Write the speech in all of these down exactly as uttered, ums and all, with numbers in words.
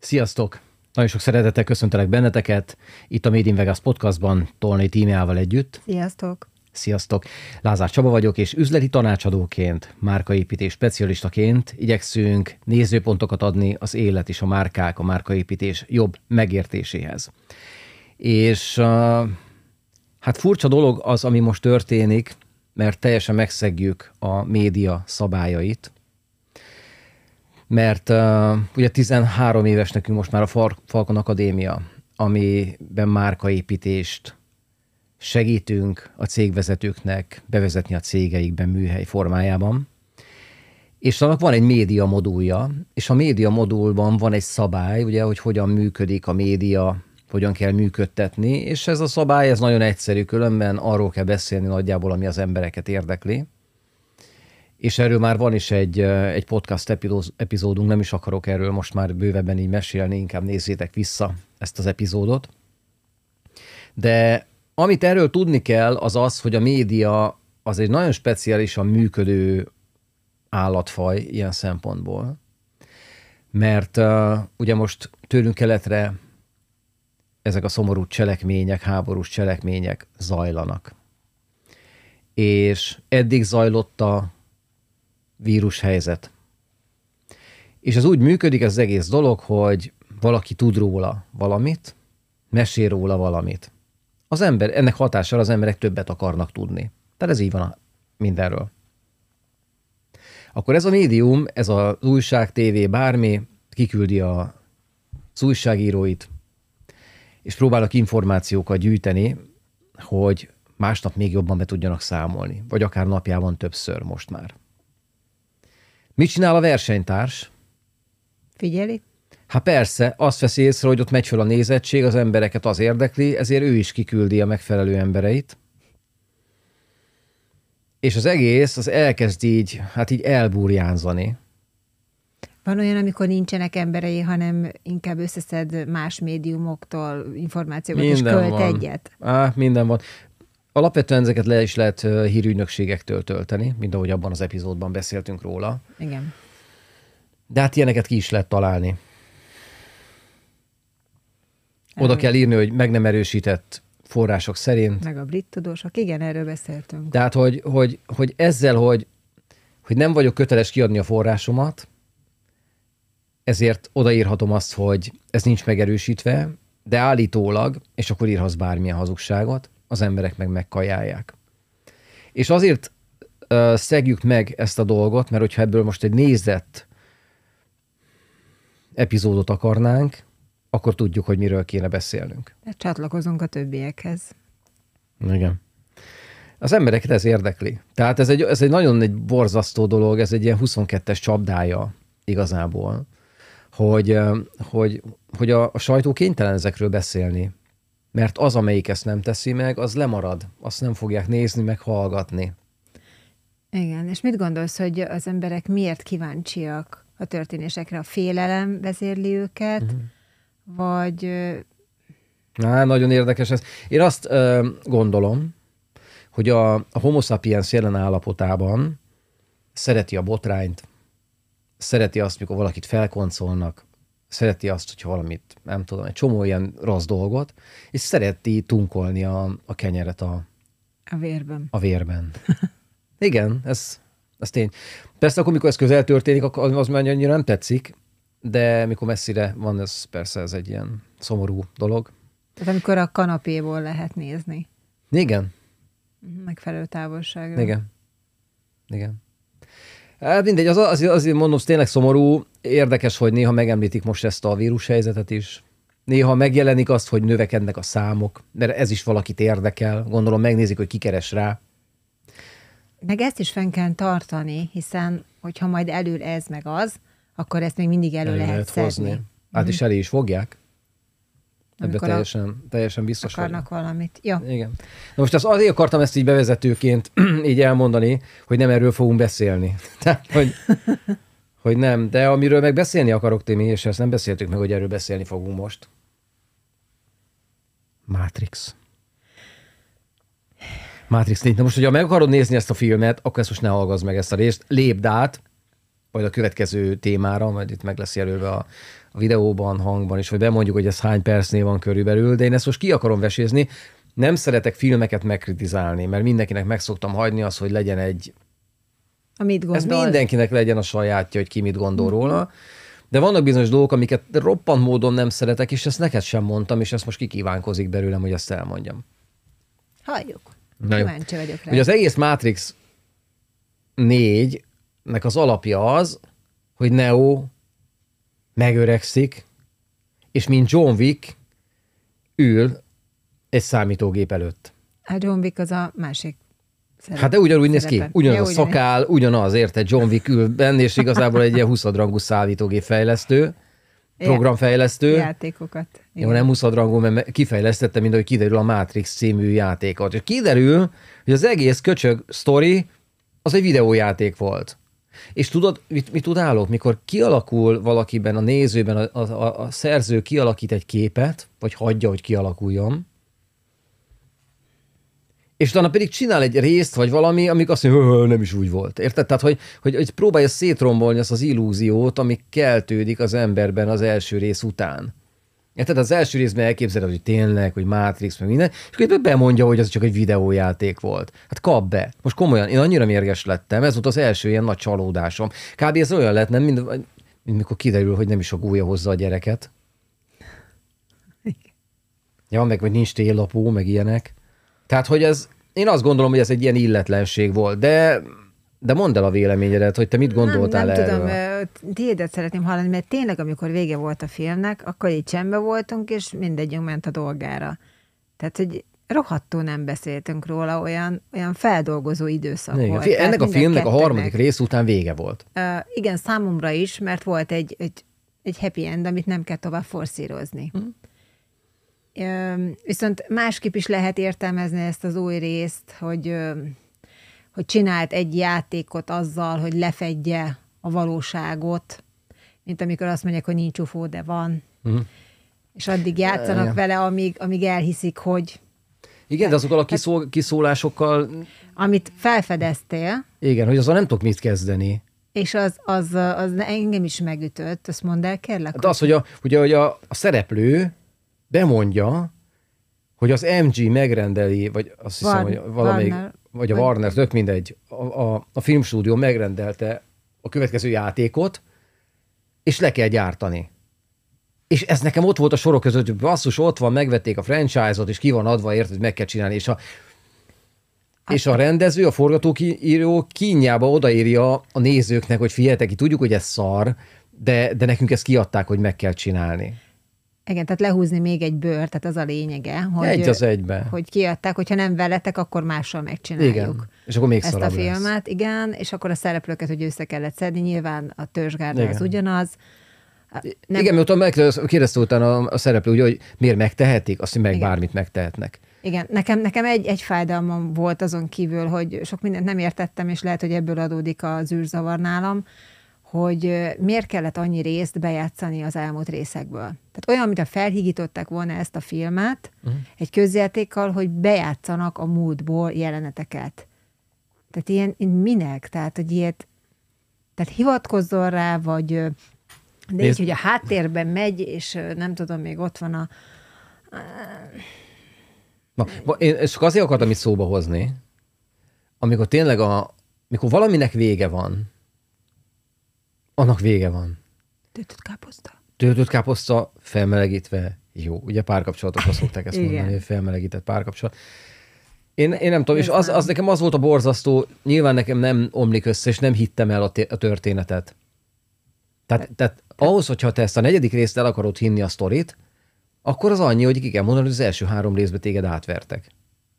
Sziasztok! Nagyon sok szeretettel köszöntelek benneteket itt a Made in Vegas podcastban Tolnai tímjával együtt. Sziasztok! Sziasztok! Lázár Csaba vagyok, és üzleti tanácsadóként, márkaépítés specialistaként igyekszünk nézőpontokat adni az élet és a márkák, a márkaépítés jobb megértéséhez. És uh, hát furcsa dolog az, ami most történik, mert teljesen megszegjük a média szabályait, mert uh, ugye tizenhárom éves nekünk most már a Fal- Falcon Akadémia, amiben márkaépítést segítünk a cégvezetőknek bevezetni a cégeikben műhely formájában. És annak van egy média modulja, és a média modulban van egy szabály, ugye, hogy hogyan működik a média, hogyan kell működtetni, és ez a szabály, ez nagyon egyszerű, különben arról kell beszélni nagyjából, ami az embereket érdekli. És erről már van is egy, egy podcast epizódunk, nem is akarok erről most már bővebben így mesélni, inkább nézzétek vissza ezt az epizódot. De amit erről tudni kell, az az, hogy a média az egy nagyon speciálisan működő állatfaj ilyen szempontból. Mert uh, ugye most tőlünk keletre ezek a szomorú cselekmények, háborús cselekmények zajlanak. És eddig zajlott a vírushelyzet. És ez úgy működik az egész dolog, hogy valaki tud róla valamit, mesél róla valamit. Az ember, ennek hatására az emberek többet akarnak tudni. Tehát ez így van a mindenről. Akkor ez a médium, ez az újság, tévé, bármi, kiküldi a, az újságíróit, és próbálnak információkat gyűjteni, hogy másnap még jobban be tudjanak számolni, vagy akár napjában többször most már. Mit csinál a versenytárs? Figyeli? Hát persze, azt veszi észre, hogy ott megy föl a nézettség, az embereket az érdekli, ezért ő is kiküldi a megfelelő embereit. És az egész, az elkezd így, hát így elburjánzani. Van olyan, amikor nincsenek emberei, hanem inkább összeszed más médiumoktól információkat, minden és költ van. egyet. Á, minden van. Alapvetően ezeket le is lehet hírügynökségektől tölteni, mint ahogy abban az epizódban beszéltünk róla. Igen. De hát ilyeneket ki is lehet találni. Oda kell írni, hogy meg nem erősített források szerint. Meg a brit tudósok, igen, erről beszéltünk. Tehát, hogy, hogy, hogy ezzel, hogy, hogy nem vagyok köteles kiadni a forrásomat, ezért odaírhatom azt, hogy ez nincs megerősítve, de állítólag, és akkor írhatsz bármilyen hazugságot, az emberek meg megkajálják. És azért uh, szegjük meg ezt a dolgot, mert hogyha ebből most egy nézett epizódot akarnánk, akkor tudjuk, hogy miről kéne beszélnünk. Csatlakozunk a többiekhez. Igen. Az embereket ez érdekli. Tehát ez egy, ez egy nagyon egy borzasztó dolog, ez egy ilyen huszonkettes csapdája igazából, hogy, hogy, hogy a, a sajtó kénytelen ezekről beszélni. Mert az, amelyik ezt nem teszi meg, az lemarad. Azt nem fogják nézni, meg hallgatni. Igen, és mit gondolsz, hogy az emberek miért kíváncsiak a történésekre? A félelem vezérli őket, uh-huh. vagy... Á, nagyon érdekes ez. Én azt ö, gondolom, hogy a, a homo sapiens jelen állapotában szereti a botrányt, szereti azt, mikor valakit felkoncolnak, szereti azt, hogyha valamit, nem tudom, egy csomó ilyen rossz dolgot, és szereti tunkolni a, a kenyeret a, a vérben. A vérben. Igen, ez, ez tény. Persze akkor, mikor ez közel történik, akkor az már annyira nem tetszik, de mikor messzire van, ez persze ez egy ilyen szomorú dolog. Tehát amikor a kanapéból lehet nézni. Igen. Megfelelő távolságra. Igen. Igen. Hát mindegy, az, az, azért mondom, tényleg szomorú, érdekes, hogy néha megemlítik most ezt a vírushelyzetet is. Néha megjelenik azt, hogy növekednek a számok, mert ez is valakit érdekel. Gondolom megnézik, hogy ki keres rá. Meg ezt is fenn kell tartani, hiszen hogyha majd elől ez meg az, akkor ezt még mindig elő, elő lehet, lehet szedni. Hát mm-hmm. is elé is fogják. Ebbe teljesen, a... teljesen biztos akarnak vagyok. Valamit. Jó. Igen. Na most az, azért akartam ezt így bevezetőként így elmondani, hogy nem erről fogunk beszélni. Tehát, hogy, hogy nem. De amiről meg beszélni akarok, Timi, és ezt nem beszéltük meg, hogy erről beszélni fogunk most. Matrix. Matrix négy. Na most, hogyha meg akarod nézni ezt a filmet, akkor ezt most ne hallgass meg ezt a részt. Lépd át, majd a következő témára, majd itt meg lesz jelölve a, a videóban, hangban is, vagy bemondjuk, hogy ez hány percnél van körülbelül, de én ezt most ki akarom vesézni. Nem szeretek filmeket megkritizálni, mert mindenkinek meg szoktam hagyni az, hogy legyen egy... Amit gondol. Ez mindenkinek legyen a sajátja, hogy ki mit gondol mm-hmm. róla. De vannak bizonyos dolgok, amiket roppant módon nem szeretek, és ezt neked sem mondtam, és ezt most kikívánkozik belőlem, hogy ezt elmondjam. Halljuk. Kíváncsi vagyok rá. Hogy az egész Matrix négynek az alapja az, hogy Neo megöregszik, és mint John Wick ül egy számítógép előtt. Hát John Wick az a másik szerep. Hát de ugyanúgy néz ki, ugyanaz ja, a szakál, ugyanaz, érted, John Wick ül benne, és igazából egy ilyen huszadrangú számítógép fejlesztő, programfejlesztő. Játékokat. Jó, nem huszadrangú, mert kifejlesztette, mint ahogy kiderül a Matrix című játékot. És kiderül, hogy az egész köcsög sztori az egy videójáték volt. És tudod, mit, mit tudálok? Mikor kialakul valakiben, a nézőben, a, a, a szerző kialakít egy képet, vagy hagyja, hogy kialakuljon, és utána pedig csinál egy részt, vagy valami, amik azt mondja, hogy nem is úgy volt. Érted? Tehát, hogy, hogy, hogy próbálja szétrombolni azt az illúziót, ami keltődik az emberben az első rész után. Érted? Az első részben elképzeled, hogy tényleg, hogy Matrix, meg minden, és akkor bemondja, hogy az csak egy videójáték volt. Hát kap be. Most komolyan, én annyira mérges lettem, ez volt az első ilyen nagy csalódásom. Kb. Ez olyan lett, nem, mint, mint mikor kiderül, hogy nem is a gólya hozza a gyereket. Ja, meg hogy nincs téllapó, meg ilyenek. Tehát, hogy ez, én azt gondolom, hogy ez egy ilyen illetlenség volt, de, de mondd el a véleményedet, hogy te mit gondoltál nem, nem erről. tudom, tiédet szeretném hallani, mert tényleg, amikor vége volt a filmnek, akkor így csendben voltunk, és mindegyünk ment a dolgára. Tehát, hogy rohadtul nem beszéltünk róla, olyan, olyan feldolgozó időszak igen, volt. Ennek Tehát a filmnek kettőnek, a harmadik rész után vége volt. Uh, igen, számomra is, mert volt egy, egy, egy happy end, amit nem kell tovább forszírozni. Mm. Viszont másképp is lehet értelmezni ezt az új részt, hogy, hogy csinált egy játékot azzal, hogy lefedje a valóságot, mint amikor azt mondják, hogy nincs ufó, de van. Uh-huh. És addig játszanak Igen. vele, amíg, amíg elhiszik, hogy... Igen, de azokkal a kiszól, kiszólásokkal... Amit felfedeztél. Igen, hogy azzal nem tudok mit kezdeni. És az, az, az engem is megütött, azt mondd el, kérlek. Hát az, hogy a, ugye, hogy a, a szereplő bemondja, hogy az em gé megrendeli, vagy azt hiszem, Warner, hogy valamelyik, Warner, vagy a vagy... Warner, tök mindegy, a, a, a filmstúdió megrendelte a következő játékot, és le kell gyártani. És ez nekem ott volt a sorok között, hogy basszus, ott van, megvették a franchise-ot, és ki van adva, érted, hogy meg kell csinálni, és a, és a rendező, a forgatóíró kínjába odaírja a nézőknek, hogy figyeljetek, tudjuk, hogy ez szar, de, de nekünk ezt kiadták, hogy meg kell csinálni. Igen, tehát lehúzni még egy bőr, tehát az a lényege, hogy, egy az egybe. hogy kiadták, hogyha nem veletek, akkor mással megcsináljuk. Igen, és akkor még ezt a filmet, lesz. Igen, és akkor a szereplőket, hogy össze kellett szedni, nyilván a törzsgárda az ugyanaz. Nem... Igen, mert utána kérdezte utána a, a szereplő, ugye, hogy miért megtehetik, azt meg Igen. bármit megtehetnek. Igen, nekem, nekem egy, egy fájdalmam volt azon kívül, hogy sok mindent nem értettem, és lehet, hogy ebből adódik az űrzavar nálam, hogy miért kellett annyi részt bejátszani az elmúlt részekből. Tehát olyan, mintha felhigították volna ezt a filmet uh-huh. egy közjátékkal, hogy bejátszanak a múltból jeleneteket. Tehát ilyen, minek? Tehát, hogy ilyet, tehát hivatkozzon rá, vagy de így, hogy a háttérben megy, és nem tudom, még ott van a... Na, én csak azért akartam itt szóba hozni, amikor tényleg a... mikor valaminek vége van, annak vége van. Töltött káposzta. Töltött káposzta, felmelegítve, jó. Ugye párkapcsolatokban szokták ezt mondani, hogy felmelegített párkapcsolat. Én, én nem tudom, és az, az nekem az volt a borzasztó, nyilván nekem nem omlik össze, és nem hittem el a, a történetet. Tehát, tehát ahhoz, hogyha te ezt a negyedik részt el akarod hinni a sztorit, akkor az annyi, hogy ki kell mondani, hogy az első három részben téged átvertek.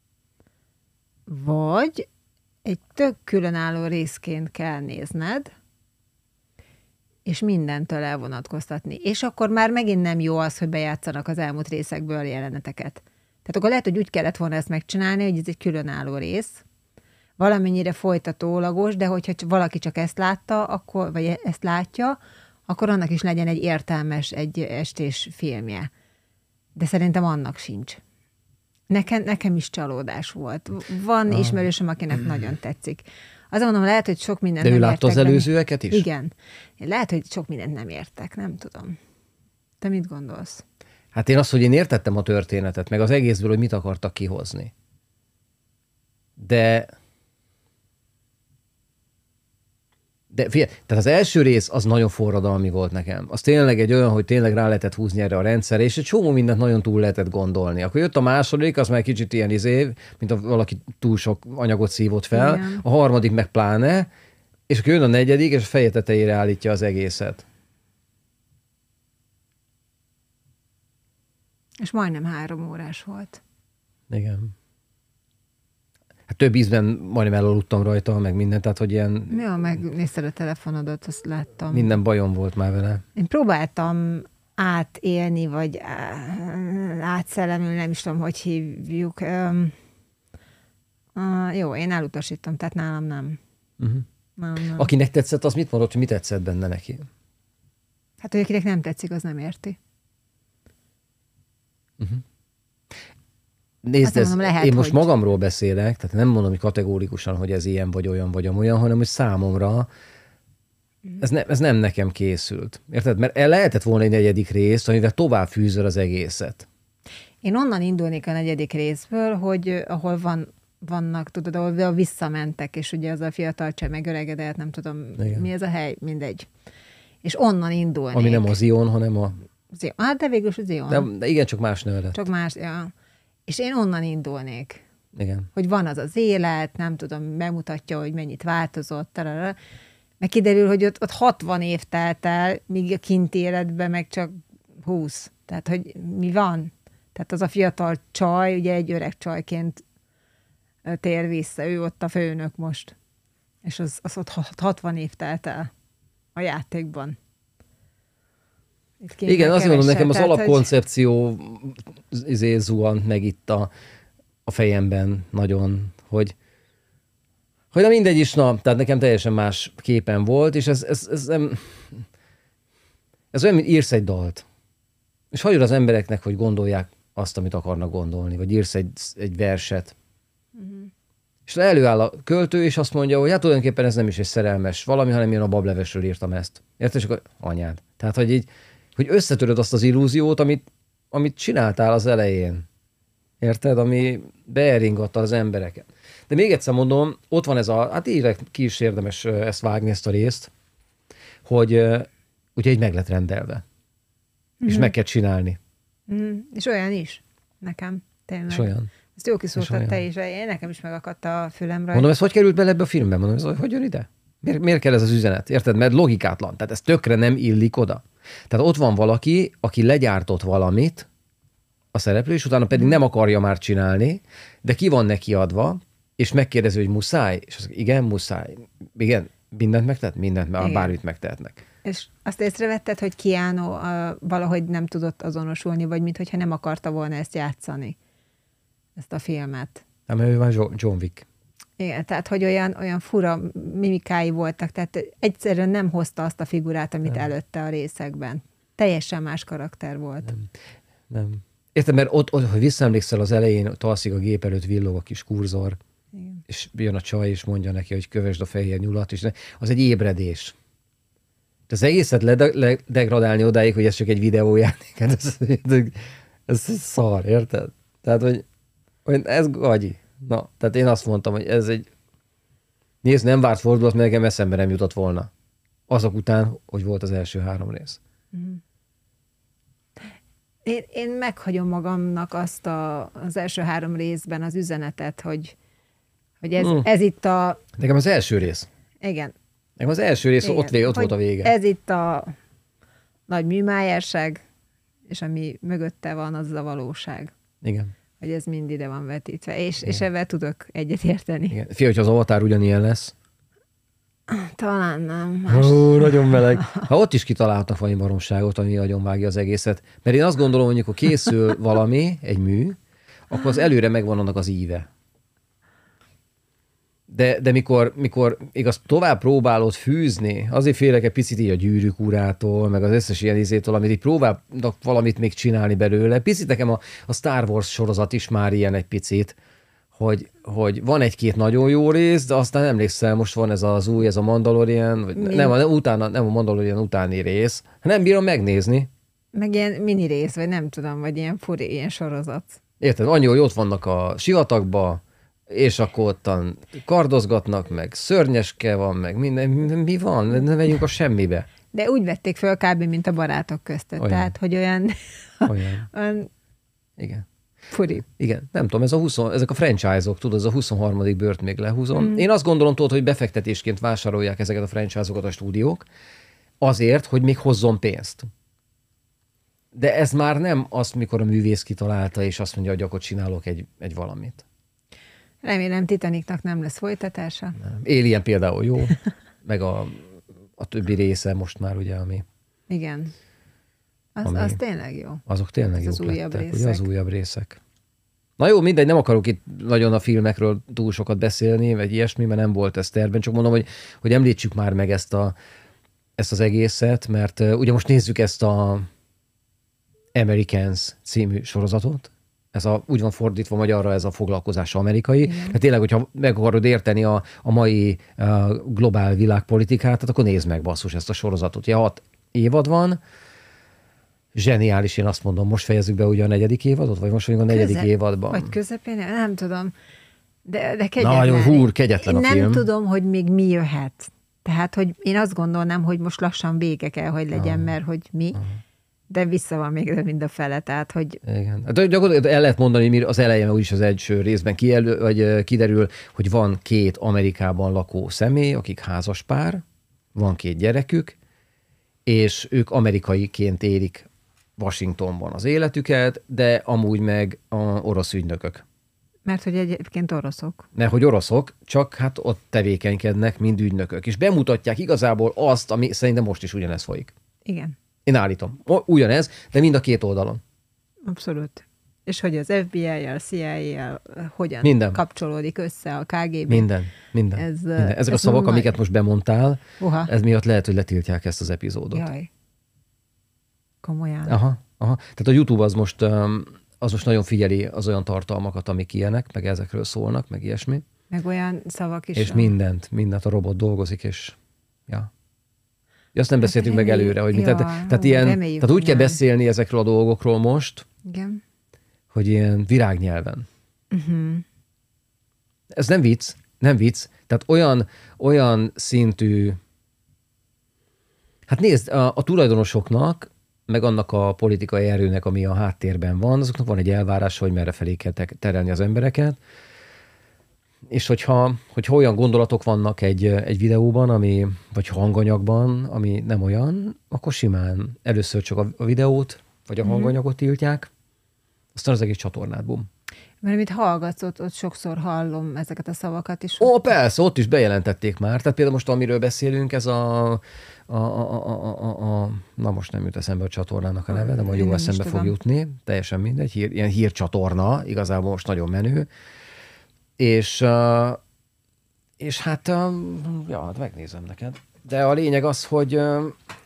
Vagy egy tök különálló részként kell nézned, és mindentől elvonatkoztatni. És akkor már megint nem jó az, hogy bejátszanak az elmúlt részekből jeleneteket. Tehát akkor lehet, hogy úgy kellett volna ezt megcsinálni, hogy ez egy különálló rész, valamennyire folytatólagos, de hogyha valaki csak ezt látta, akkor, vagy ezt látja, akkor annak is legyen egy értelmes, egy estés filmje. De szerintem annak sincs. Nekem, nekem is csalódás volt. Van ah. ismerősöm, akinek nagyon tetszik Azt mondom, lehet, hogy sok mindent De nem ő látta értek az előzőeket is? Igen. Lehet, hogy sok mindent nem értek, nem tudom. Te mit gondolsz? Hát én azt, hogy én értettem a történetet, meg az egészből, hogy mit akartak kihozni. De... De figyelj, tehát az első rész az nagyon forradalmi volt nekem. Az tényleg egy olyan, hogy tényleg rá lehetett húzni erre a rendszerre, és egy csomó mindent nagyon túl lehetett gondolni. Akkor jött a második, az már kicsit ilyen izé, mint a valaki túl sok anyagot szívott fel, igen. A harmadik meg pláne, és akkor jön a negyedik, és a feje tetejére állítja az egészet. És majdnem három órás volt. Igen. Hát több ízben majdnem elaludtam rajta, meg mindent, tehát hogy ilyen... Ja, megnézted a telefonodat, azt láttam. Minden bajom volt már vele. Én próbáltam átélni, vagy átszellemülni, nem is tudom, hogy hívjuk. Um, uh, jó, én elutasítom, tehát nálam nem. Uh-huh. nálam nem. Akinek tetszett, az mit mondott, hogy mi tetszett benne neki? Hát, hogy akinek nem tetszik, az nem érti. Uh-huh. Nézd, ez, mondom, lehet, én most hogy... magamról beszélek, tehát nem mondom, hogy kategórikusan, hogy ez ilyen, vagy olyan, vagy amolyan, hanem hogy számomra ez, ne, ez nem nekem készült. Érted? Mert el lehetett volna egy negyedik rész, amivel tovább fűzöl az egészet. Én onnan indulnék a negyedik részből, hogy ahol van, vannak, tudod, ahol visszamentek, és ugye az a fiatal cseh megöregedett, nem tudom, igen. Mi ez a hely, mindegy. És onnan indulnék. Ami nem az Zion, hanem a... Zion. Hát, de végül is az Zion. De, de igen, csak más neve lett. Csak más, ja. És én onnan indulnék. Igen. Hogy van az az élet, nem tudom, bemutatja, hogy mennyit változott, tarara. Meg kiderül, hogy ott, ott hatvan év telt el, míg a kinti életben meg csak húsz. Tehát, hogy mi van? Tehát az a fiatal csaj, ugye egy öreg csajként tér vissza, ő ott a főnök most. És az, az ott hatvan év telt el a játékban. Igen, azt mondom, nekem az tehát, alapkoncepció hogy... izé zuhant meg itt a, a fejemben nagyon, hogy hogy na mindegy is, na, tehát nekem teljesen más képen volt, és ez, ez, ez nem... Ez olyan, mint írsz egy dalt, és hagyod az embereknek, hogy gondolják azt, amit akarnak gondolni, vagy írsz egy, egy verset. Uh-huh. És előáll a költő, és azt mondja, hogy hát tulajdonképpen ez nem is egy szerelmes valami, hanem én a bablevesről írtam ezt. Érted? És akkor anyád. Tehát, hogy így, hogy összetöröd azt az illúziót, amit, amit csináltál az elején. Érted? Ami beeringatta az embereket. De még egyszer mondom, ott van ez a, hát így ki is érdemes ezt vágni, ezt a részt, hogy ugye így meg lett rendelve. Mm-hmm. És meg kell csinálni. Mm, és olyan is. Nekem. Tényleg. És olyan. Ezt jó kiszóltad te is. Én nekem is megakadt a fülem rajta. Mondom, ez hogy került bele ebbe a filmbe? Mondom, ez hogy jön ide? Miért, miért kell ez az üzenet? Érted? Mert logikátlan. Tehát ez tökre nem illik oda. Tehát ott van valaki, aki legyártott valamit, a szereplő, és utána pedig nem akarja már csinálni, de ki van neki adva, és megkérdezi, hogy muszáj, és az, igen, muszáj. Igen, mindent megtehet? Mindent, mert bármit megtehetnek. És azt észrevetted, hogy Keanu uh, valahogy nem tudott azonosulni, vagy mintha nem akarta volna ezt játszani, ezt a filmet. Nem, ő már John Wick. Igen, tehát, hogy olyan, olyan fura mimikái voltak, tehát egyszerűen nem hozta azt a figurát, amit nem. előtte a részekben. Teljesen más karakter volt. Nem, nem. Érted, mert ott, ott, hogy visszaemlékszel az elején, ott alszik a gép előtt, villog a kis kurzor, igen. És jön a csaj, és mondja neki, hogy kövesd a fehér nyulat, és az egy ébredés. De az egészet ledegradálni odáig, hogy ez csak egy videójáték, hát ez, ez, ez szar, érted? Tehát, hogy, hogy ez gagyi. Na, tehát én azt mondtam, hogy ez egy... Nézd, nem várt fordulat, mert nekem eszembe nem jutott volna. Azok után, hogy volt az első három rész. Mm. Én, én meghagyom magamnak azt a, az első három részben az üzenetet, hogy, hogy ez, mm. ez itt a... Nekem az első rész. Igen. Nekem az első rész, igen. ott, vé, ott volt a vége. Ez itt a nagy műmájárság, és ami mögötte van, az a valóság. Igen. Hogy ez mind ide van vetítve, és, és ebben tudok egyet érteni. Fia, hogyha az Avatar ugyanilyen lesz. Talán nem. Ó, nagyon meleg. Ha ott is kitaláltak valami baromságot, ami nagyon vágja az egészet. Mert én azt gondolom, hogy amikor készül valami, egy mű, akkor az előre megvan annak az íve. De, de mikor, mikor igaz, tovább próbálod fűzni, azért félek egy picit így a Gyűrűk urától, meg az összes ilyen izétől, amit így próbálnak valamit még csinálni belőle. Picit nekem a, a Star Wars sorozat is már ilyen egy picit, hogy, hogy van egy-két nagyon jó rész, de aztán emlékszel, most van ez az új, ez a Mandalorian, vagy nem, nem, utána, nem a Mandalorian utáni rész. Nem bírom megnézni. Meg ilyen mini rész, vagy nem tudom, vagy ilyen furi, ilyen sorozat. Érted? Annyi, hogy ott vannak a sivatagba, és akkor ottan kardozgatnak, meg szörnyeske van, meg minden. Mi van? Ne vegyünk a semmibe. De úgy vették föl kb. Mint a barátok között. Olyan. Tehát, hogy olyan... Olyan. olyan igen. Furi. Igen, nem tudom, ez a húsz, ezek a franchise-ok, tudod, ez a huszonharmadik bört még lehúzom. Mm. Én azt gondolom, tudod, hogy befektetésként vásárolják ezeket a franchise-okat a stúdiók, azért, hogy még hozzon pénzt. De ez már nem az, mikor a művész kitalálta, és azt mondja, hogy akkor csinálok egy, egy valamit. Remélem Titanicnak nem lesz folytatása. Nem. Alien például jó, meg a, a többi része most már ugye, ami... Igen. Az, ami, az tényleg jó. Azok tényleg jók az újabb lettek, részek. ugye az újabb részek. Na jó, mindegy, nem akarok itt nagyon a filmekről túl sokat beszélni, vagy ilyesmi, mert nem volt ez tervben, csak mondom, hogy, hogy említsük már meg ezt, a, ezt az egészet, mert uh, ugye most nézzük ezt a Americans című sorozatot, ez a, úgy van fordítva magyarra, ez a foglalkozás amerikai. Igen. Tehát tényleg, hogyha meg akarod érteni a, a mai uh, globál világpolitikát, akkor nézd meg, basszus, ezt a sorozatot. Ja, hat évad van, zseniális, én azt mondom, most fejezzük be ugye a negyedik évadot, vagy most vagyunk a negyedik Közep, évadban. Vagy közepén, nem tudom. De, de kegyetlen. Nagyon húr, kegyetlen én a nem film. tudom, hogy még mi jöhet. Tehát, hogy én azt gondolnám, hogy most lassan vége kell, hogy legyen, ah. mert hogy mi. Ah. De vissza van még mind a fele, tehát, hogy... Igen. De gyakorlatilag el lehet mondani, hogy az elején úgyis az első részben kielő, vagy kiderül, hogy van két Amerikában lakó személy, akik házas pár, van két gyerekük, és ők amerikaiként élik Washingtonban az életüket, de amúgy meg a orosz ügynökök. Mert hogy egyébként oroszok. Mert hogy oroszok, csak hát ott tevékenykednek, mind ügynökök. És bemutatják igazából azt, ami szerintem most is ugyanez folyik. Igen. Én állítom. Ugyanez, de mind a két oldalon. Abszolút. És hogy az ef bé i-jel, a cé i á-jel hogyan minden. kapcsolódik össze a ká gé bé. Minden, minden. Ez, minden. Ezek ez a szavak, nagy... amiket most bemondtál, Uha. ez miatt lehet, hogy letiltják ezt az epizódot. Jaj. Komolyan. Aha, aha. Tehát a YouTube az most, az most nagyon figyeli az olyan tartalmakat, amik ilyenek, meg ezekről szólnak, meg ilyesmi. Meg olyan szavak is. És van. mindent, mindent a robot dolgozik, és ja. Ja, azt nem hát beszéltünk remély... meg előre, hogy ja, mit. Tehát, tehát, ilyen, tehát úgy kell beszélni ezekről a dolgokról most, igen. hogy ilyen virágnyelven. Uh-huh. Ez nem vicc, nem vicc. Tehát olyan, olyan szintű... Hát nézd, a, a tulajdonosoknak, meg annak a politikai erőnek, ami a háttérben van, azoknak van egy elvárás, hogy merre felé kell terelni az embereket. És hogyha, hogyha olyan gondolatok vannak egy, egy videóban, ami, vagy hanganyagban, ami nem olyan, akkor simán először csak a, a videót, vagy a mm-hmm. hanganyagot tiltják, aztán az egész csatornát, bum. Mert amit hallgatsz, ott, ott sokszor hallom ezeket a szavakat is. Ó, persze, ott is bejelentették már. Tehát például most, amiről beszélünk, ez a, a, a, a, a, a na most nem jut eszembe a csatornának a neve, de majd jó eszembe fog jutni. Teljesen mindegy, hír, ilyen hírcsatorna, igazából most nagyon menő. És, uh, és hát, uh, ja, hát megnézem neked. De a lényeg az, hogy, uh,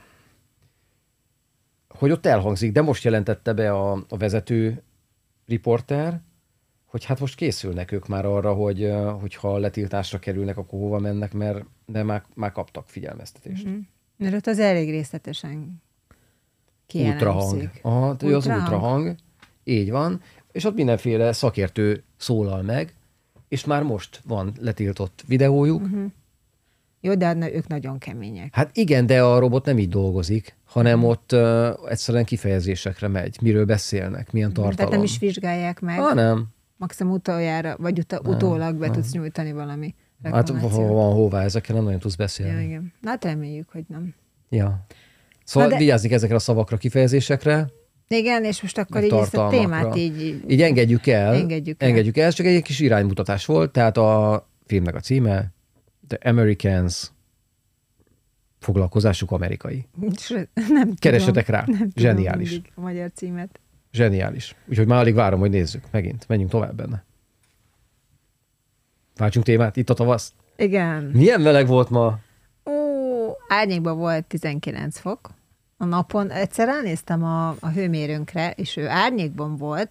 hogy ott elhangzik, de most jelentette be a, a vezető riporter, hogy hát most készülnek ők már arra, hogy uh, hogyha letiltásra kerülnek, akkor hova mennek, mert de már, már kaptak figyelmeztetést. Mm-hmm. Mert ott az elég részletesen kijelentszik. Ultrahang. Aha, ő az ultrahang. Így van. És ott mindenféle szakértő szólal meg, és már most van letiltott videójuk. Uh-huh. Jó, de hát ők nagyon kemények. Hát igen, de a robot nem így dolgozik, hanem uh-huh. ott uh, egyszerűen kifejezésekre megy. Miről beszélnek, milyen tartalom. Tehát nem is vizsgálják meg. Ha, nem. Maximum utoljára, vagy ut- utólag be nem. tudsz nyújtani valami reklamációt. Hát van hová, ezekkel nem nagyon tudsz beszélni. Ja, igen. Hát reméljük, hogy nem. Ja. Szóval de... vigyázni ezekre a szavakra, kifejezésekre. Igen, és most akkor így ezt a témát így... Így engedjük el. Engedjük el. Engedjük el. Ez csak egy kis iránymutatás volt. Tehát a filmnek a címe The Americans, foglalkozásuk amerikai. Nem Keresetek tudom, rá. Nem Zseniális. tudom a magyar címet. Zseniális. Úgyhogy már alig várom, hogy nézzük. Megint. Menjünk tovább benne. Váltsunk témát. Itt a tavasz. Igen. Milyen meleg volt ma? Ó, árnyékban volt tizenkilenc fok. A napon egyszer ránéztem a, a hőmérőnkre, és ő árnyékban volt,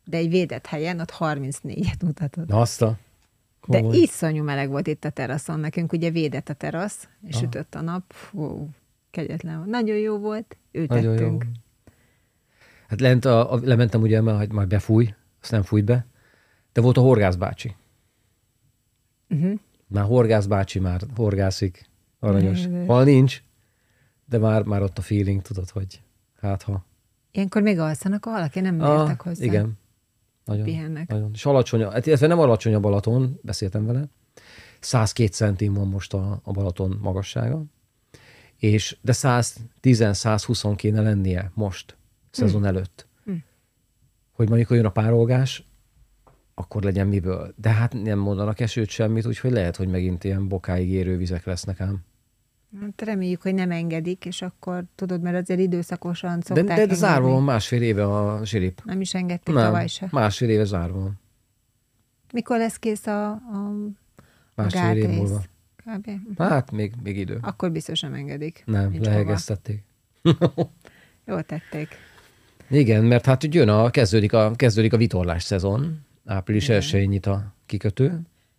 de egy védett helyen ott harmincnégyet mutatott. Na azt a... De Komoly. iszonyú meleg volt itt a teraszon. Nekünk ugye védett a terasz, és Aha. sütött a nap. Fú, kegyetlen volt. Nagyon jó volt, Nagyon jó. ültettünk. Hát lent a, a, lementem ugye, mert majd befúj, azt nem fújt be, de volt a horgász bácsi. Uh-huh. Már horgász bácsi, már horgászik, aranyos. Jaj, Hal nincs, de már, már ott a feeling, tudod, hogy hát ha. Ilyenkor még alszanak a halak, én nem Ah, értek hozzá. igen. Nagyon, Pihennek. nagyon. És alacsony, hát illetve nem alacsony a Balaton, beszéltem vele. száz két centim van most a, a Balaton magassága, és de száz tíz száz húsz kéne lennie most, szezon Hm. előtt. Hm. Hogy mondjuk, hogy jön a párolgás, akkor legyen miből. De hát nem mondanak esőt semmit, úgyhogy lehet, hogy megint ilyen bokáig érő vizek lesznek ám. Hát reméljük, hogy nem engedik, és akkor tudod, mert azért időszakosan De, szokták de, de zárva engedni. van másfél éve a zsilip. Nem is engedték Nem, tavaly se. másfél éve zárva van. Mikor lesz kész a, a, a Másfél év gátrész? múlva. Kb. Hát még, még idő. Akkor biztos nem engedik. Nem, Nincs lehegeztették. hova. Jól tették. Igen, mert hát jön a, kezdődik a, kezdődik a vitorlás szezon. Április Igen. elsején nyit a kikötő.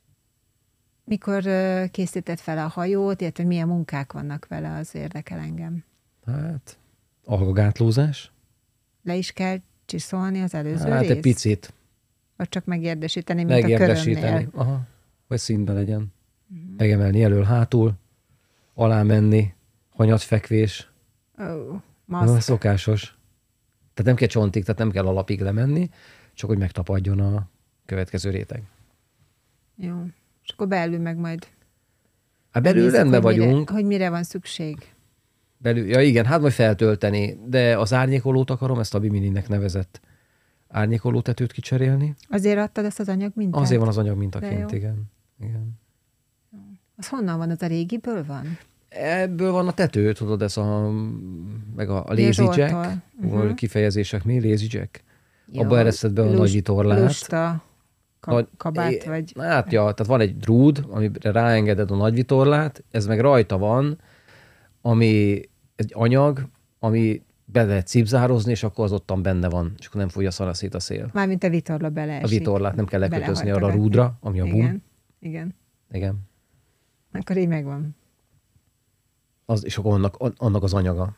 Mikor ö, készített fel a hajót, illetve milyen munkák vannak vele, az érdekel engem. Hát, algagátlózás. Le is kell csiszolni az előző Hát rész? egy picit Vagy csak megérdesíteni, mint a megérdesíteni. körömnél? Aha, hogy színben legyen. Megemelni elől-hátul, alá menni, hanyatfekvés. Ó, Az maszk. szokásos. Tehát nem kell csontig, tehát nem kell alapig lemenni, csak hogy megtapadjon a következő réteg. Jó. És akkor belül meg majd Hát belül nézzük, rendben hogy vagyunk. Mire, hogy mire van szükség. Belül, ja igen, hát majd feltölteni, de az árnyékolót akarom, ezt a Bimininek nevezett árnyékoló tetőt kicserélni. Azért adtad ezt az anyagmintát? Azért van az anyag mintaként, jó. igen. igen. Az honnan van? Az a régiből van? Ebből van a tető, tudod, ez a, meg a, a Ugye lazy Zsolttól. jack, Mhm. uh-huh. kifejezések mi, lazy jack. Jó. Abba ereszted be a Lust- nagy vitorlát. Lusta ka- Nagy- kabát, é- vagy... Hát, ja, tehát van egy drúd, amire ráengeded a nagy vitorlát, ez meg rajta van, ami egy anyag, ami be lehet cipzározni, és akkor az ottan benne van, és akkor nem fújja szana szét a szél. Mármint a vitorla beleesik. A vitorlát nem kell lekötözni arra a Belehajtogatni. rúdra, ami a bum. Igen, igen. Igen. Akkor így megvan. Az, és akkor annak, annak az anyaga.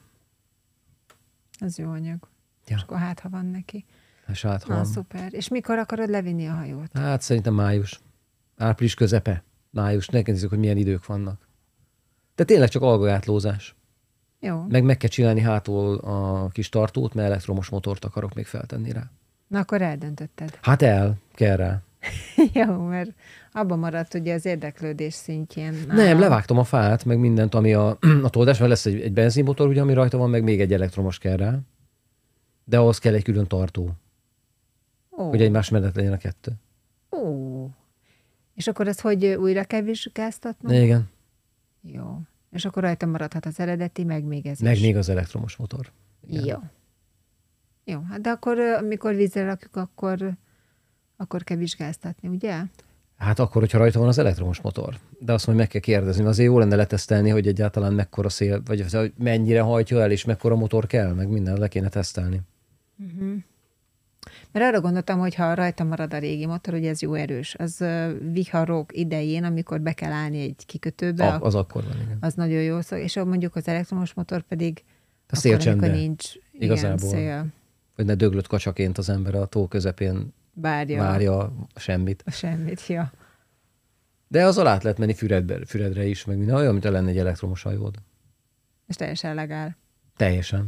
Az jó anyag. Ja. És akkor hát, ha van neki. És hát, Na, van. szuper. És mikor akarod levinni a hajót? Hát szerintem május. Április közepe. Május. Ne nézzük, hogy milyen idők vannak. De tényleg csak algagátlózás. Jó. Meg meg kell csinálni hátul a kis tartót, mert elektromos motort akarok még feltenni rá. Na, akkor eldöntötted. Hát el, kell rá. Jó, mert abban maradt ugye az érdeklődés szintjén. Nem, nálam. levágtam a fát, meg mindent, ami a, a toldás, mert lesz egy, egy benzinmotor, ugye, ami rajta van, meg még egy elektromos kell rá. De ahhoz kell egy külön tartó, Ó. hogy egymás mellett legyen a kettő. Ó. És akkor ezt hogy újra kell vizsgáztatnom? Igen. Jó. És akkor rajta maradhat az eredeti, meg még ez Meg is. még az elektromos motor. Igen. Jó. Jó, hát de akkor, ö, amikor vízre rakjuk, akkor, akkor kell vizsgáztatni, ugye? Hát akkor, hogyha rajta van az elektromos motor. De azt majd meg kell kérdezni. Azért jó lenne letesztelni, hogy egyáltalán mekkora szél, vagy az, hogy mennyire hajtja el, és mekkora motor kell, meg minden le kéne tesztelni. Uh-huh. Mert arra gondoltam, hogy ha rajta marad a régi motor, hogy ez jó erős. Az ö, viharok idején, amikor be kell állni egy kikötőbe, A, az akkor van, igen. az nagyon jó szó. És mondjuk az elektromos motor pedig A akkor, amikor szélcsendben. nincs igen, Igazából. szél, Hogy ne döglött kacsaként az ember a tó közepén bárja várja semmit. semmit. Ja. De az alá át lehet menni Füredbe, Füredre is, meg minden olyan, mint lenne egy elektromos hajód. És teljesen legál. Teljesen.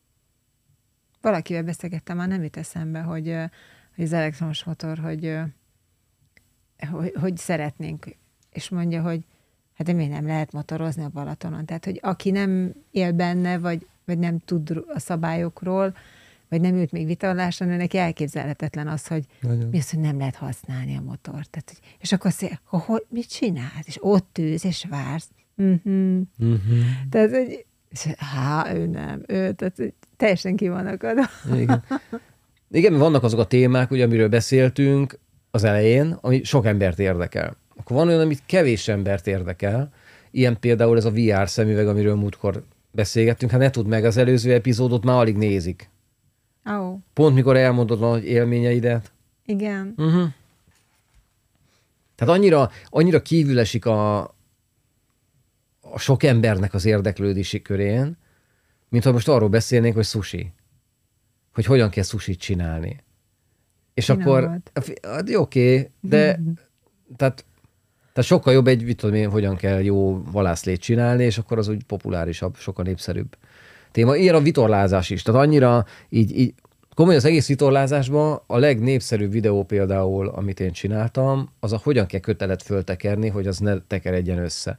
Valakivel beszélgettem, már nem jut eszembe, hogy, ö, hogy az elektromos motor, hogy, ö, hogy, hogy szeretnénk. És mondja, hogy hát de miért nem lehet motorozni a Balatonon? Tehát, hogy aki nem él benne, vagy, vagy nem tud a szabályokról, vagy nem ült még vitorláson, neki elképzelhetetlen az, hogy Nagyon. mi az, hogy nem lehet használni a motort. Tehát, hogy, és akkor azt mondja, hogy mit csinálsz? És ott ülsz, és vársz. Uh-huh. Uh-huh. Tehát, hogy és, há, ő nem, ő, tehát hogy teljesen ki van akadva. Igen. Igen, mert vannak azok a témák, ugye, amiről beszéltünk az elején, ami sok embert érdekel. Akkor van olyan, amit kevés embert érdekel. Ilyen például ez a vé er szemüveg, amiről múltkor beszélgettünk. Hát ne tudd meg, az előző epizódot már alig nézik. Oh. Pont mikor elmondod a nagy élményeidet. Igen. Uh-huh. Tehát annyira, annyira kívül esik a, a sok embernek az érdeklődési körén, mint ha most arról beszélnénk, hogy sushi. Hogy hogyan kell sushit csinálni. És Finom akkor, volt. hát oké, okay, de tehát, tehát sokkal jobb egy, mit tudom én, hogyan kell jó valászlét csinálni, és akkor az úgy populárisabb, sokkal népszerűbb téma. Ilyen a vitorlázás is. Tehát annyira így, így komoly az egész vitorlázásban a legnépszerűbb videó például, amit én csináltam, az a hogyan kell kötelet föltekerni, hogy az ne tekeredjen össze.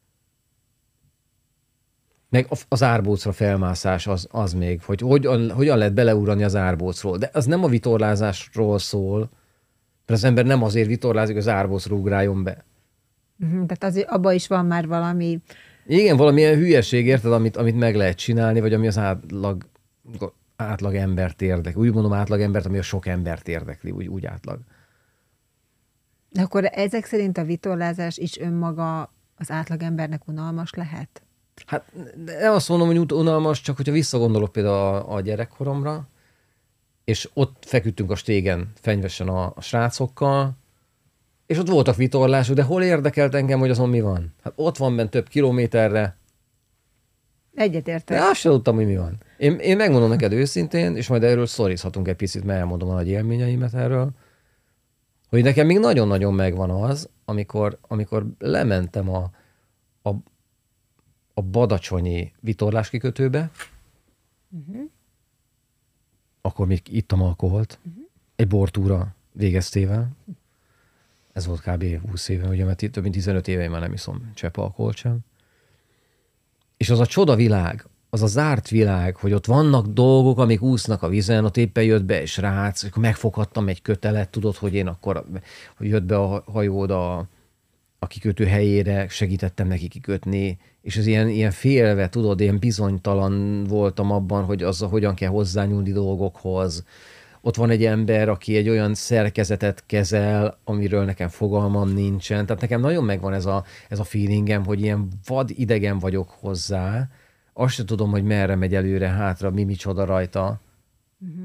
Meg az árbócra felmászás az, az még, hogy hogyan, hogyan lehet beleugrani az árbócról. De az nem a vitorlázásról szól, mert az ember nem azért vitorlázik, hogy az árbócra ugráljon be. Uh-huh. Tehát azért abban is van már valami... Igen, valamilyen hülyeség, érted, amit, amit meg lehet csinálni, vagy ami az átlag, átlag embert érdekli. Úgy mondom átlag embert, ami a sok embert érdekli, úgy, úgy átlag. De akkor ezek szerint a vitorlázás is önmaga az átlagembernek unalmas lehet? Hát nem azt mondom, hogy unalmas, csak hogyha visszagondolok például a, a gyerekkoromra, és ott feküdtünk a stégen fenyvesen a, a srácokkal, és ott voltak vitorlások, de hol érdekelt engem, hogy azon mi van? Hát ott van bent több kilométerre. Egyetértek. De azt sem tudtam, hogy mi van. Én, én megmondom neked őszintén, és majd erről sztorizhatunk egy picit, mert elmondom a nagy élményeimet erről, hogy nekem még nagyon-nagyon megvan az, amikor, amikor lementem a, a, a badacsonyi vitorláskikötőbe, uh-huh. akkor még ittam alkoholt, uh-huh. egy bortúra végeztével. Ez volt kb. húsz éve, ugye, mert több mint tizenöt éve én már nem iszom csepp alkoholt sem. És az a csoda világ, az a zárt világ, hogy ott vannak dolgok, amik úsznak a vízen, ott éppen jött be egy srác, akkor megfoghattam egy kötelet, tudod, hogy én akkor, hogy jött be a hajód a, a kikötő helyére, segítettem neki kikötni, és ez ilyen, ilyen félve, tudod, ilyen bizonytalan voltam abban, hogy azzal hogyan kell hozzányúlni dolgokhoz. Ott van egy ember, aki egy olyan szerkezetet kezel, amiről nekem fogalmam nincsen. Tehát nekem nagyon megvan ez a, ez a feelingem, hogy ilyen vad idegen vagyok hozzá. Azt sem tudom, hogy merre megy előre, hátra, mi micsoda rajta. Uh-huh.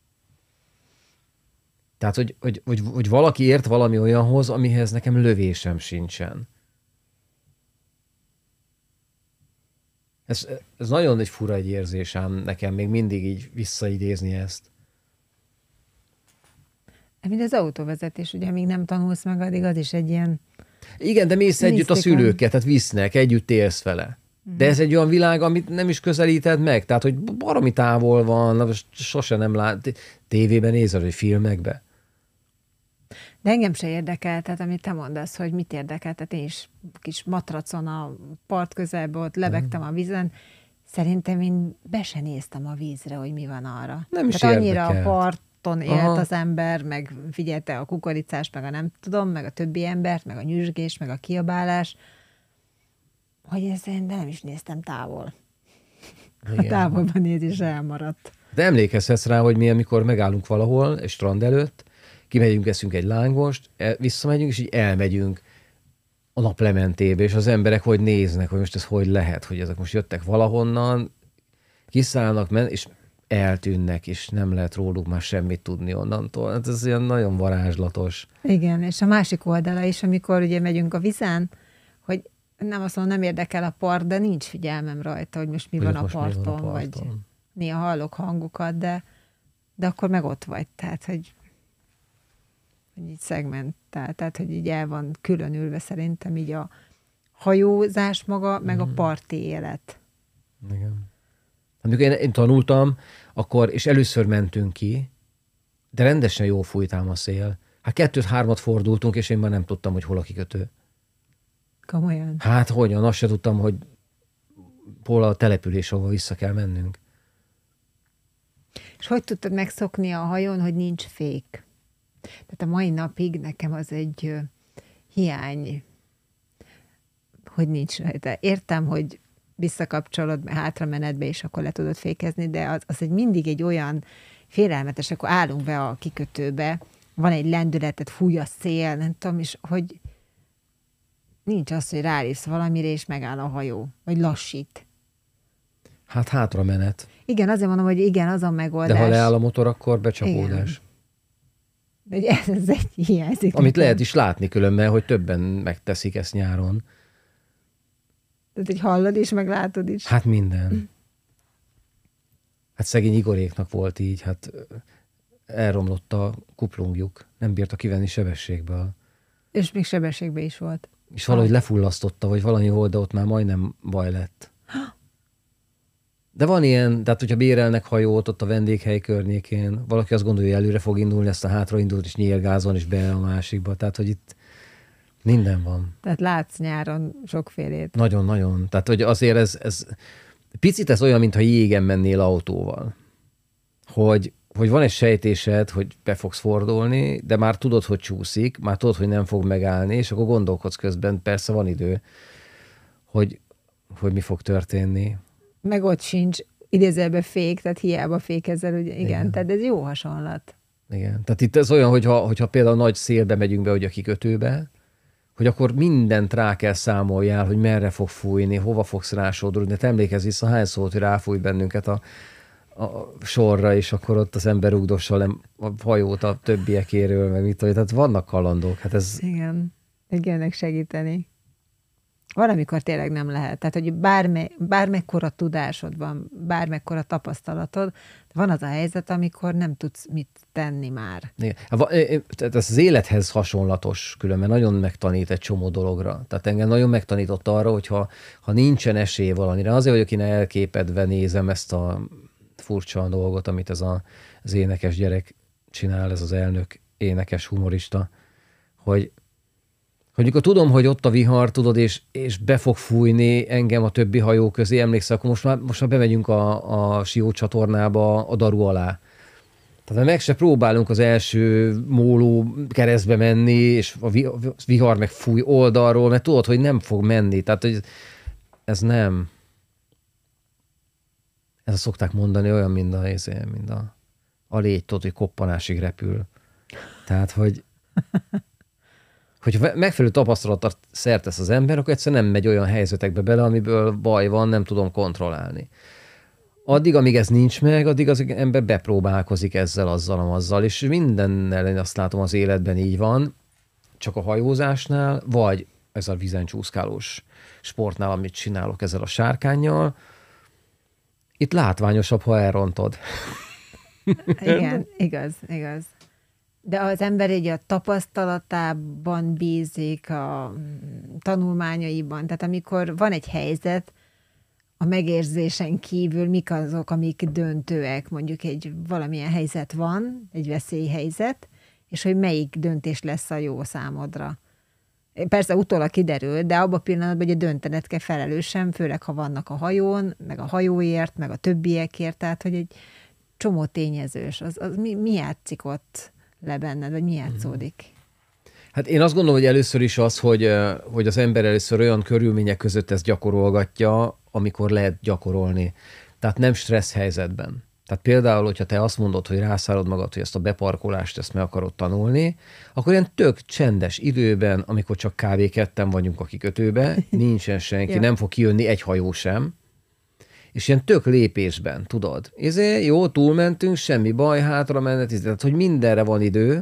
Tehát, hogy, hogy, hogy, hogy valaki ért valami olyanhoz, amihez nekem lövésem sincsen. Ez, ez nagyon egy fura egy érzésem nekem még mindig így visszaidézni ezt. Mint az autóvezetés, ugye, amíg nem tanulsz meg, addig az is egy ilyen... Igen, de mész együtt a szülőkkel, tehát visznek, együtt élsz vele. Uh-huh. De ez egy olyan világ, amit nem is közelíted meg, tehát, hogy baromi távol van, sose nem lát, tévében nézel, hogy filmekbe. De engem se érdekel, tehát amit te mondasz, hogy mit érdekel, tehát én is kis matracon a part közelbe ott lebegtem a vízen, szerintem én be se néztem a vízre, hogy mi van arra. Nem is tehát annyira érdekelt. A parton élt Aha. az ember, meg figyelte a kukoricást, meg a nem tudom, meg a többi embert, meg a nyüzsgés, meg a kiabálás, hogy ezt én de nem is néztem távol. Igen. A távolban nézés elmaradt. De emlékezhetsz rá, hogy mi, amikor megállunk valahol, egy strand előtt, kimegyünk, eszünk egy lángost, el, visszamegyünk, és így elmegyünk a naplementébe, és az emberek hogy néznek, hogy most ez hogy lehet, hogy ezek most jöttek valahonnan, kiszállnak, men- és eltűnnek, és nem lehet róluk már semmit tudni onnantól. Hát ez ilyen nagyon varázslatos. Igen, és a másik oldala is, amikor ugye megyünk a vízen, hogy nem azt mondom, nem érdekel a part, de nincs figyelmem rajta, hogy most mi, van a, most parton, mi van a parton, vagy néha hallok hangokat, de, de akkor meg ott vagy, tehát, hogy, hogy így szegmentál, tehát, hogy így el van különülve szerintem így a hajózás maga, meg mm-hmm. a parti élet. Igen. Amikor én, én tanultam, akkor, és először mentünk ki, de rendesen jól fújtám a szél. Hát kettőt-hármat fordultunk, és én már nem tudtam, hogy hol a kikötő. Komolyan? Hát hogyan, azt se tudtam, hogy hol a település, ahol vissza kell mennünk. És hogy tudtad megszokni a hajón, hogy nincs fék? Tehát a mai napig nekem az egy uh, hiány, hogy nincs rajta. Értem, hogy visszakapcsolod hátra menetbe, és akkor le tudod fékezni, de az, az egy mindig egy olyan félelmetes, akkor állunk be a kikötőbe, van egy lendületet, fúj a szél, nem tudom, és hogy nincs az, hogy rálépsz valamire, és megáll a hajó, vagy lassít. Hát hátra menet. Igen, azért mondom, hogy igen, az a megoldás. De ha leáll a motor, akkor becsapódás. Igen. Ez, ez egy hiányzik. Amit nekem. Lehet is látni különben, hogy többen megteszik ezt nyáron. Tehát, hogy hallod is, meg látod is. Hát minden. Hát szegény Igoréknak volt így, hát elromlott a kuplungjuk. Nem bírta kivenni sebességből. És még sebességben is volt. És valahogy ah. lefullasztotta, vagy valami volt, de ott már majdnem baj lett. De van ilyen, tehát hogyha bérelnek hajót ott a vendéghely környékén, valaki azt gondolja, hogy előre fog indulni, ezt a hátra indult, és nyírgázon, és be a másikba. Tehát, hogy itt minden van. Tehát látsz nyáron sokfélét. Nagyon-nagyon. Tehát, hogy azért ez, ez picit ez olyan, mintha jégen mennél autóval. Hogy, hogy van egy sejtésed, hogy be fogsz fordulni, de már tudod, hogy csúszik, már tudod, hogy nem fog megállni, és akkor gondolkodsz közben, persze van idő, hogy, hogy mi fog történni. Meg ott sincs idézőjelben fék, tehát hiába fékezzel, ugye igen, igen, tehát ez jó hasonlat. Igen, tehát itt ez olyan, hogyha, hogyha például nagy szélbe megyünk be, hogy a kikötőbe, hogy akkor mindent rá kell számoljál, hogy merre fog fújni, hova fogsz rásodulni, de te emlékezz vissza, hány szólt, hogy ráfúj bennünket a, a sorra, és akkor ott az ember rugdossal a hajót a többiekéről, meg mit, tehát vannak kalandók. Hát ez... Igen, igyenek segíteni. Valamikor tényleg nem lehet. Tehát, hogy bárme, bármekkora tudásod van, bármekkora tapasztalatod, van az a helyzet, amikor nem tudsz mit tenni már. Igen. Tehát ez az élethez hasonlatos különben, nagyon megtanít egy csomó dologra. Tehát engem nagyon megtanított arra, hogy ha, ha nincsen esély valamire, azért vagyok én elképedve nézem ezt a furcsa dolgot, amit ez a, az énekes gyerek csinál, ez az elnök énekes humorista, hogy hogy mikor tudom, hogy ott a vihar, tudod, és, és be fog fújni engem a többi hajó közé, emlékszel, akkor most már, most már bemegyünk a, a Sió csatornába a daru alá. Tehát meg se próbálunk az első móló keresztbe menni, és a vihar meg fúj oldalról, mert tudod, hogy nem fog menni. Tehát, hogy ez nem. Ezt szokták mondani, olyan, mint a, mint a, a légy, tudod, hogy koppanásig repül. Tehát, hogy hogyha megfelelő tapasztalatra szert tesz az ember, akkor egyszerűen nem megy olyan helyzetekbe bele, amiből baj van, nem tudom kontrollálni. Addig, amíg ez nincs meg, addig az ember bepróbálkozik ezzel, azzal, azzal, és mindennel én azt látom az életben így van, csak a hajózásnál, vagy ez a vízen csúszkálós sportnál, amit csinálok ezzel a sárkánnyal, itt látványosabb, ha elrontod. Igen, igaz, igaz. De az ember így a tapasztalatában bízik, a tanulmányaiban. Tehát amikor van egy helyzet, a megérzésen kívül mik azok, amik döntőek, mondjuk egy valamilyen helyzet van, egy veszélyhelyzet, és hogy melyik döntés lesz a jó számodra. Persze utólag kiderül, de abban a pillanatban ugye döntened kell felelősen, főleg ha vannak a hajón, meg a hajóért, meg a többiekért, tehát hogy egy csomó tényezős. Az, az mi, mi játszik ott le benned, vagy mi játszódik? Hát én azt gondolom, hogy először is az, hogy, hogy az ember először olyan körülmények között ezt gyakorolgatja, amikor lehet gyakorolni. Tehát nem stressz helyzetben. Tehát például, hogyha te azt mondod, hogy rászállod magad, hogy ezt a beparkolást, ezt meg akarod tanulni, akkor ilyen tök csendes időben, amikor csak kávé ketten vagyunk a kikötőbe, nincsen senki, ja. Nem fog kijönni egy hajó sem, és ilyen tök lépésben, tudod. Ezért jó, túlmentünk, semmi baj, hátra menet, tehát hogy mindenre van idő,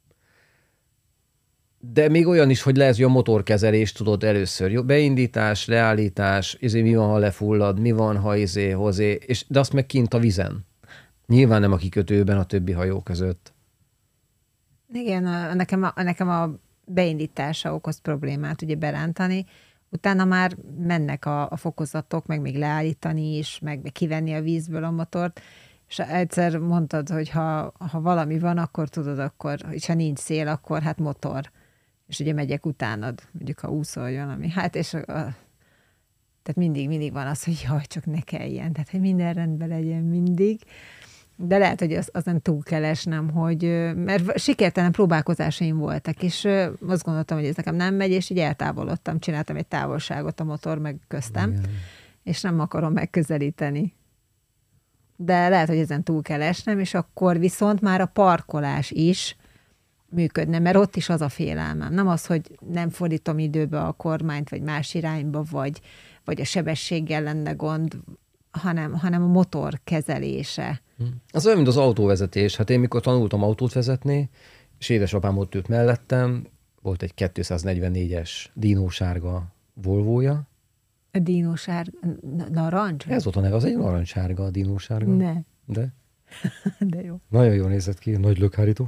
de még olyan is, hogy lesz, hogy a motorkezelés, tudod, először jó, beindítás, leállítás, ezért mi van, ha lefullad, mi van, ha izé, hozé, és, de azt meg kint a vizen. Nyilván nem a kikötőben, a többi hajó között. Igen, a, nekem, a, nekem a beindítása okoz problémát, ugye berántani, utána már mennek a, a fokozatok, meg még leállítani is, meg, meg kivenni a vízből a motort, és egyszer mondtad, hogy ha, ha valami van, akkor tudod, akkor, és ha nincs szél, akkor hát motor. És ugye megyek utánad, mondjuk ha úszol, vagy valami. Hát és a, a, tehát mindig, mindig van az, hogy jaj, csak ne kelljen. Tehát, hogy minden rendben legyen mindig. De lehet, hogy az, az nem túl keles, nem, hogy, mert sikertelen próbálkozásaim voltak, és azt gondoltam, hogy ez nekem nem megy, és így eltávolodtam, csináltam egy távolságot a motor meg köztem, igen. És nem akarom megközelíteni. De lehet, hogy ezen túl kell esnem, és akkor viszont már a parkolás is működne, mert ott is az a félelmem. Nem az, hogy nem fordítom időbe a kormányt, vagy más irányba, vagy, vagy a sebességgel lenne gond, hanem, hanem a motor kezelése. Az olyan, mint az autóvezetés. Hát én mikor tanultam autót vezetni, és édesapám ott ült mellettem, volt egy kétszáznegyvennégyes dinósárga Volvoja. A dinósárga, narancs? Ez volt a neve, az egy narancssárga a dinósárga. Ne. De? De jó. Nagyon jól nézett ki, nagy lökhárító.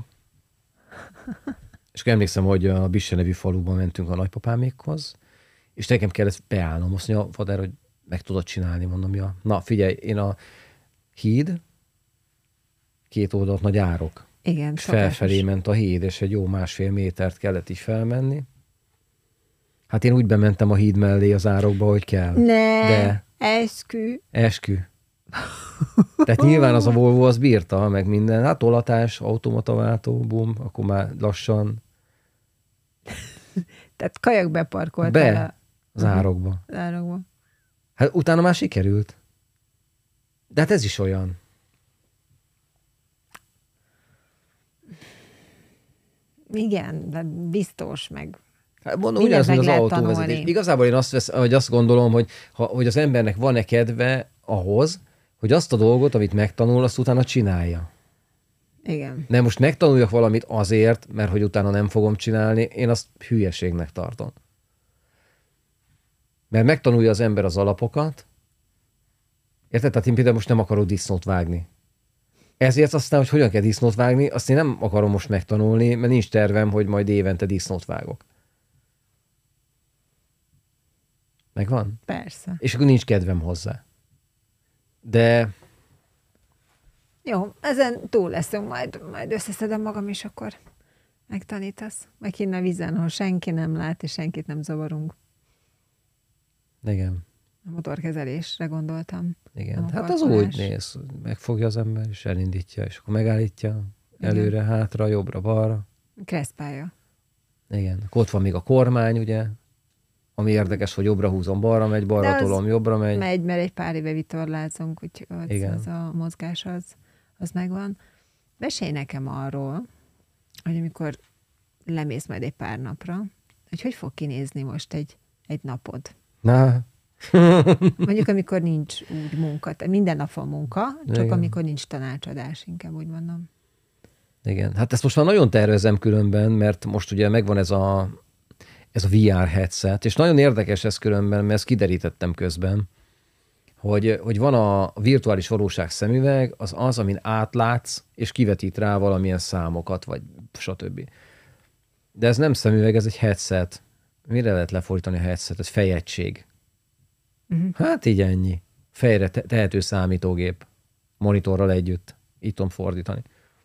És emlékszem, hogy a Bisse nevű faluban mentünk a nagypapámékhoz, és nekem kellett beállnom. Azt mondja, Fader, hogy meg tudod csinálni, mondom, ja. Na, figyelj, én a híd, két oldalt nagy árok. Igen, és felfelé ment a híd, és egy jó másfél métert kellett így felmenni. Hát én úgy bementem a híd mellé az árokba, hogy kell. Ne, De eskü. eskü. Tehát nyilván az a Volvo az bírta, meg minden. Hát tolatás, automataváltó, bum, akkor már lassan. Tehát kajak beparkoltál Be a... az árokba. Az árokba. Hát utána már sikerült. De hát ez is olyan. Igen, de biztos, meg Hát mondom, ugyanaz, mint az autóvezetés. Igazából én azt, vesz, hogy azt gondolom, hogy, ha, hogy az embernek van-e kedve ahhoz, hogy azt a dolgot, amit megtanul, azt utána csinálja. Igen. Nem, most megtanuljak valamit azért, mert hogy utána nem fogom csinálni, én azt hülyeségnek tartom. Mert megtanulja az ember az alapokat, érted? Tehát én például most nem akarok disznót vágni. Ezért aztán, hogy hogyan kell disznót vágni, azt én nem akarom most megtanulni, mert nincs tervem, hogy majd évente disznót vágok. Megvan? Persze. És akkor nincs kedvem hozzá. De... Jó, ezen túl leszünk, majd, majd összeszedem magam, és akkor megtanítasz. Meg kinn a vízen, ahol senki nem lát, és senkit nem zavarunk. Igen. A motorkezelésre gondoltam. Igen. Hát az úgy néz, megfogja az ember, és elindítja, és akkor megállítja, előre, igen, hátra, jobbra, balra. Keresztpálya. Igen. Akkor ott van még a kormány, ugye, ami érdekes, hogy jobbra húzom, balra megy, balra tolom, jobbra megy. Megy, mert egy pár éve vitorlázunk, úgyhogy az, az a mozgás az, az megvan. Mesélj nekem arról, hogy amikor lemész majd egy pár napra, hogy hogy fog kinézni most egy, egy napod. Na. Mondjuk, amikor nincs úgy munka, minden nap van munka, csak igen, amikor nincs tanácsadás, inkább úgy mondom. Igen, hát ezt most már nagyon tervezem különben, mert most ugye megvan ez a, ez a vé er headset, és nagyon érdekes ez különben, mert ezt kiderítettem közben, hogy, hogy van a virtuális valóság szemüveg, az az, amin átlátsz, és kivetít rá valamilyen számokat, vagy stb. De ez nem szemüveg, ez egy headset. Mire lehet lefordítani a headsetet? Fejegység. Uh-huh. Hát így ennyi. Fejre te- tehető számítógép. Monitorral együtt. Így tudom fordítani.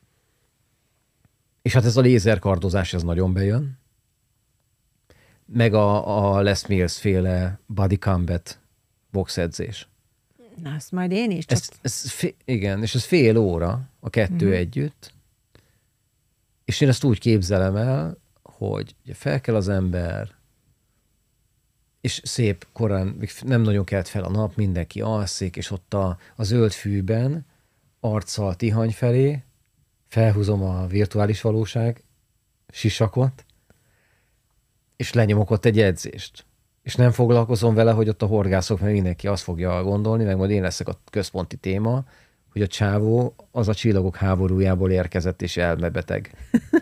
És hát ez a lézerkardozás, ez nagyon bejön. Meg a, a Les Mills féle body combat boxedzés. Na, azt majd én is csak... Ez, ez fé- igen, és ez fél óra, a kettő uh-huh. együtt. És én ezt úgy képzelem el, hogy fel kell az ember, és szép korán, nem nagyon kelt fel a nap, mindenki alszik, és ott a, a zöld fűben, arccal Tihany felé, felhúzom a virtuális valóság sisakot, és lenyomok ott egy edzést. És nem foglalkozom vele, hogy ott a horgászok, mert mindenki azt fogja gondolni, meg majd én leszek a központi téma, hogy a csávó az a csillagok háborújából érkezett, és elmebeteg.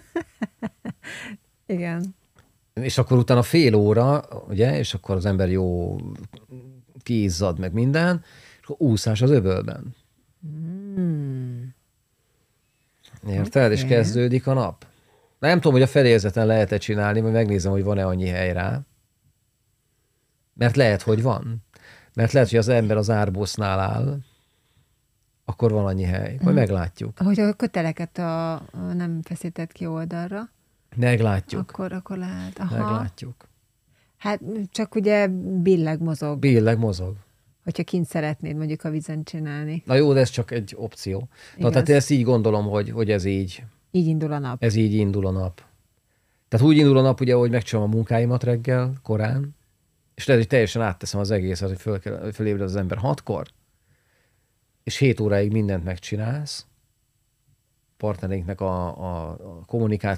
Igen. És akkor utána fél óra, ugye, és akkor az ember jó kiizzad, meg minden, és akkor úszás az öbölben. Mm. Érted? Okay. És kezdődik a nap. Nem tudom, hogy a fedélzeten lehet-e csinálni, majd megnézem, hogy van-e annyi hely rá. Mert lehet, hogy van. Mert lehet, hogy az ember az árbosznál áll, akkor van annyi hely. Majd mm. meglátjuk. Hogy a köteleket a, a nem feszített ki oldalra. Meglátjuk. Akkor, akkor lehet. Aha. Meglátjuk. Hát csak ugye billeg mozog. Billeg mozog. Hogyha kint szeretnéd mondjuk a vízen csinálni. Na jó, de ez csak egy opció. Na, tehát én ezt így gondolom, hogy, hogy ez így. Így indul a nap. Ez így indul a nap. Tehát úgy indul a nap, ugye, hogy megcsinálom a munkáimat reggel, korán, és lehet, hogy teljesen átteszem az egészet, hogy föl kell, fölébred az ember hatkor, és hét óráig mindent megcsinálsz, partnereinknek a, a, a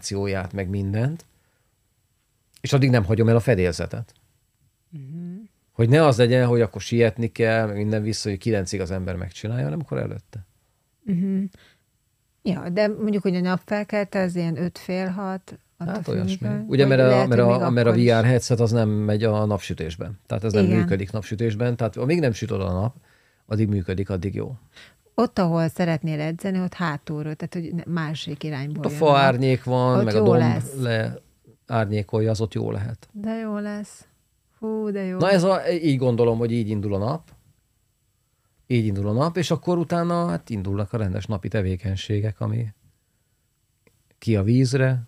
kommunikációját, meg mindent, és addig nem hagyom el a fedélzetet. Uh-huh. Hogy ne az legyen, hogy akkor sietni kell, meg minden vissza, hogy kilencig az ember megcsinálja, hanem akkor előtte. Uh-huh. Ja, de mondjuk, hogy a napfelkelte az ilyen öt fél hat. Hát olyasmi. Ugye, mert a, mert, a, mert a vé er headset az nem megy a napsütésben. Tehát ez nem Igen. működik napsütésben. Tehát amíg nem süt oda a nap, addig működik, addig jó. Ott, ahol szeretnél edzeni, ott hátulról, tehát hogy másik irányból. Ott a fa árnyék van, ott meg a domb lesz. Le árnyékolja, az ott jó lehet. De jó lesz. Hú, de jó. Na ez a, így gondolom, hogy így indul a nap. Így indul a nap, és akkor utána hát indulnak a rendes napi tevékenységek, ami ki a vízre,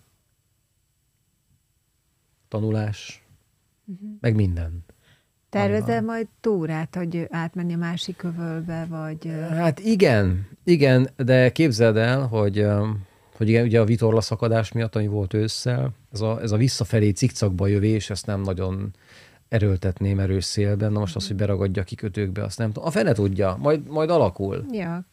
tanulás, uh-huh. meg minden. Tervezel majd túrát, hogy átmenni a másik övölbe, vagy... Hát igen, igen, de képzeld el, hogy, hogy igen, ugye a vitorlaszakadás miatt, ami volt ősszel, ez a, ez a visszafelé cikcakba jövés, ezt nem nagyon erőltetném erős szélben. Na most az, hogy beragadja a kikötőkbe, azt nem tudom. A fene tudja, majd, majd alakul. Ja.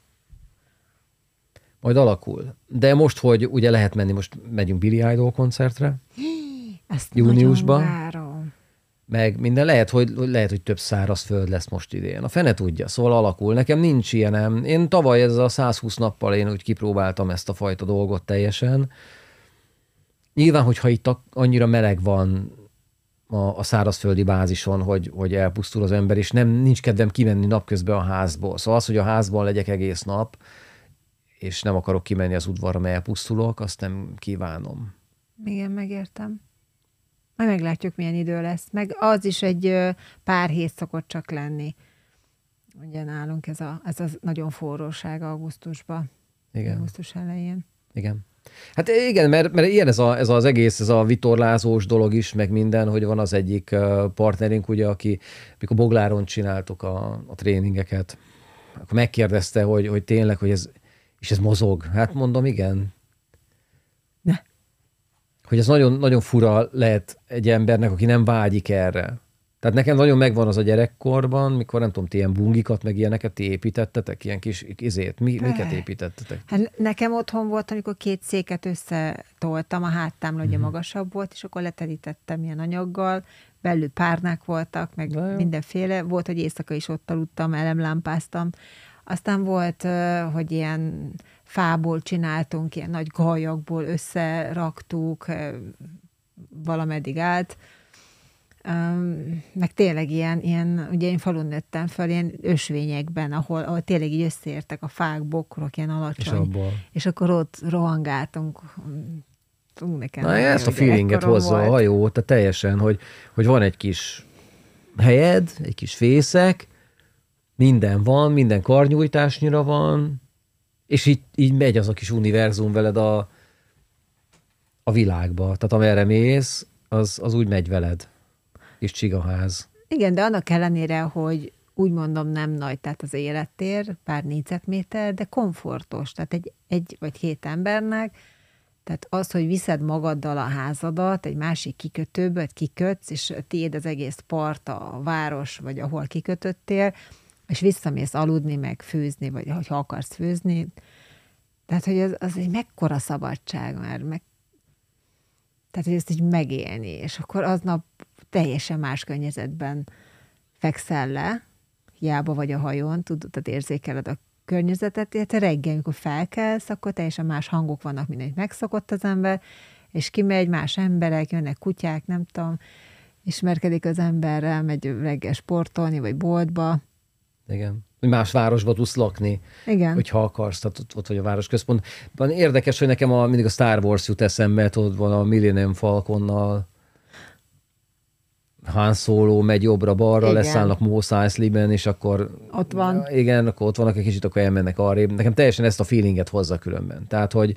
Majd alakul. De most, hogy ugye lehet menni, most megyünk Billy Idol koncertre. Ezt júniusban. Meg minden, lehet hogy, lehet, hogy több szárazföld lesz most idén. A fene tudja, szóval alakul. Nekem nincs ilyenem. Én tavaly ez a százhúsz nappal én úgy kipróbáltam ezt a fajta dolgot teljesen. Nyilván, hogyha itt annyira meleg van a, a szárazföldi bázison, hogy, hogy elpusztul az ember, és nem, nincs kedvem kimenni napközben a házból. Szóval az, hogy a házban legyek egész nap, és nem akarok kimenni az udvarra, mert elpusztulok, azt nem kívánom. Igen, megértem. Majd meglátjuk, milyen idő lesz. Meg az is egy pár hét szokott csak lenni. Ugye nálunk ez a, ez a nagyon forróság augusztusban. Igen. Augusztus elején. Igen. Hát igen, mert, mert ilyen ez, a, ez az egész, ez a vitorlázós dolog is, meg minden, hogy van az egyik partnerünk, ugye, aki, mikor Bogláron csináltuk a, a tréningeket, akkor megkérdezte, hogy, hogy tényleg, hogy ez, és ez mozog. Hát mondom, igen. Ne. Hogy ez nagyon, nagyon fura lehet egy embernek, aki nem vágyik erre. Tehát nekem nagyon megvan az a gyerekkorban, mikor nem tudom, ti ilyen bungikat, meg ilyeneket ti építettetek, ilyen kis izét, mi, miket építettetek? Hát nekem otthon volt, amikor két széket összetoltam, a háttámla ugye mm-hmm. magasabb volt, és akkor leterítettem ilyen anyaggal, belül párnák voltak, meg mindenféle. Volt, hogy éjszaka is ott aludtam, elemlámpáztam. Aztán volt, hogy ilyen fából csináltunk, ilyen nagy gallyakból összeraktuk, valameddig állt. Um, meg tényleg ilyen, ilyen, ugye én falun nőttem fel, ilyen ösvényekben, ahol, ahol tényleg így összeértek a fák, bokrok, ilyen alacsony. És, és akkor ott rohangáltunk. Tunk nekem. Na, ezt a feelinget hozza volt. A hajó, tehát teljesen, hogy, hogy van egy kis helyed, egy kis fészek, minden van, minden karnyújtásnyira van, és így, így megy az a kis univerzum veled a, a világba. Tehát amerre mész, az, az úgy megy veled. És csigaház. Igen, de annak ellenére, hogy úgy mondom nem nagy, tehát az élettér, pár négyzetméter, de komfortos. Tehát egy, egy vagy két embernek, tehát az, hogy viszed magaddal a házadat, egy másik kikötőbe, kikötsz, és tiéd az egész part, a város, vagy ahol kikötöttél, és visszamész aludni, meg főzni, vagy ha akarsz főzni. Tehát, hogy az, az egy mekkora szabadság már, meg, tehát, hogy ezt így megélni, és akkor aznap teljesen más környezetben fekszel le, hiába vagy a hajón, tudod, tehát érzékeled a környezetet, illetve reggel, amikor felkelsz, akkor teljesen más hangok vannak, mint egy megszokott az ember, és kimegy, más emberek, jönnek kutyák, nem tudom, ismerkedik az emberrel, megy reggel sportolni, vagy boltba. Igen. Más városba tudsz lakni, igen. hogyha akarsz, tehát ott, ott vagy a városközpontban. Érdekes, hogy nekem a, mindig a Star Wars jut eszembe, ott van a Millennium Falconnal, Han Solo megy jobbra-balra, leszállnak Mos Eisley-ben, és akkor... Ott van. Igen, akkor ott vannak egy kicsit, akkor elmennek arrébb. Nekem teljesen ezt a feelinget hozza különben. Tehát, hogy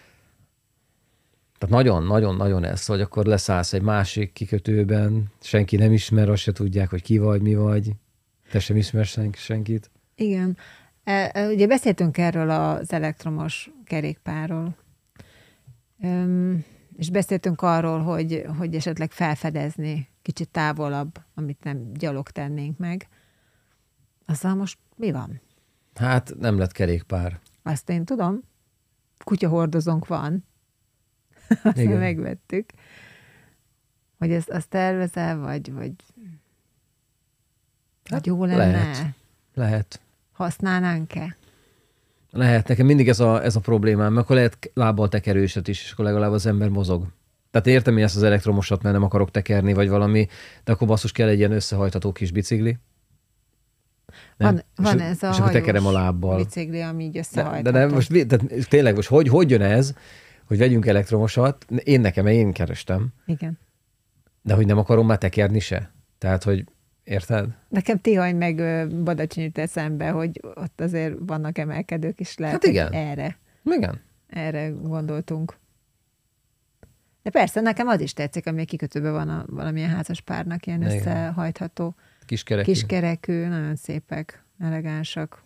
tehát nagyon-nagyon-nagyon ez, hogy akkor leszállsz egy másik kikötőben, senki nem ismer, azt se tudják, hogy ki vagy, mi vagy. Te sem ismersz senkit. Igen. E, ugye beszéltünk erről az elektromos kerékpárról. Üm, és beszéltünk arról, hogy, hogy esetleg felfedezni kicsit távolabb, amit nem gyalog tennénk meg. Azzal most mi van? Hát nem lett kerékpár. Azt én tudom. Kutyahordozónk van. Azt megvettük. Hogy ezt, azt tervezel, vagy, vagy... Hát jó lenne. Lehet. Lehet. Használnánk-e? Lehet. Nekem mindig ez a, ez a problémám, mert akkor lehet lábbal tekerőset is, és akkor legalább az ember mozog. Tehát értem én ezt az elektromosat, mert nem akarok tekerni, vagy valami, de akkor basszus kell egy ilyen összehajtható kis bicikli. Nem? Van, van és, ez a és akkor tekerem a lábbal. bicikli, ami így összehajtható. De, de nem, most tehát tényleg most hogy, hogy jön ez, hogy vegyünk elektromosat? Én nekem, én kerestem. Igen. De hogy nem akarom már tekerni se. Tehát, hogy érted? Nekem Tihany meg Badacsony jut eszembe, hogy ott azért vannak emelkedők, és lehet, Hát igen. hogy erre. Igen. Erre gondoltunk. De persze, nekem az is tetszik, ami a kikötőben van a, valamilyen házas párnak, ilyen igen. összehajtható. Kiskerekű. Kiskerekű, nagyon szépek, elegánsak.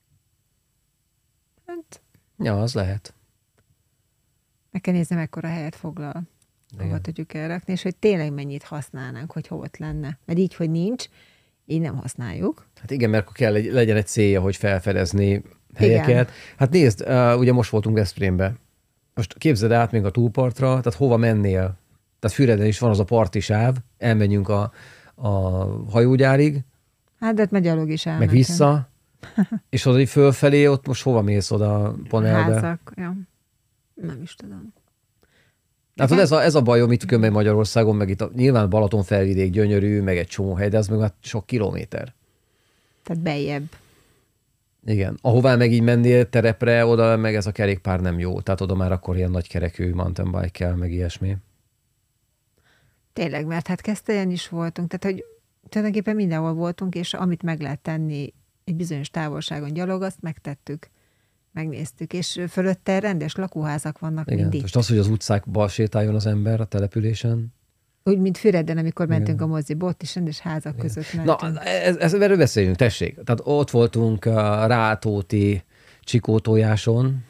Hát, ja, az lehet. meg kell nézni, mekkora helyet foglal. Hova tudjuk elrakni, és hogy tényleg mennyit használnánk, hogy hol ott lenne. Mert így, hogy nincs, így nem használjuk. Hát igen, mert akkor kell, legyen egy célja, hogy felfedezni helyeket. Igen. Hát nézd, uh, ugye most voltunk Veszprémbe. Most képzeld át még a túlpartra, tehát hova mennél? Tehát Füreden is van az a parti sáv, elmenjünk a, a hajógyárig. Hát, de megy alog is elmentünk. Meg vissza. És az, hogy fölfelé, ott most hova mész oda panelbe? Házak, ja. Nem is tudom. Hát ez a, ez a bajom itt meg Magyarországon, meg itt a, nyilván Balaton felvidék gyönyörű, meg egy csomó hely, de ez meg már sok kilométer. Tehát beljebb. Igen. Ahová meg így mennél terepre, oda meg ez a kerékpár nem jó. Tehát oda már akkor ilyen nagy kerekű mountain bike kell, meg ilyesmi. Tényleg, mert hát Keszthelyen is voltunk, tehát hogy tulajdonképpen mindenhol voltunk, és amit meg lehet tenni egy bizonyos távolságon gyalog, azt megtettük. Megnéztük, és fölötte rendes lakóházak vannak igen. mindig. Most az, hogy az utcákba sétáljon az ember a településen. Úgy, mint Füreden, amikor igen. mentünk a moziba, ott is rendes házak igen. között mentünk. Na, ez, ez, erről beszéljünk, tessék. Tehát ott voltunk a Rátóti Csikótójáson.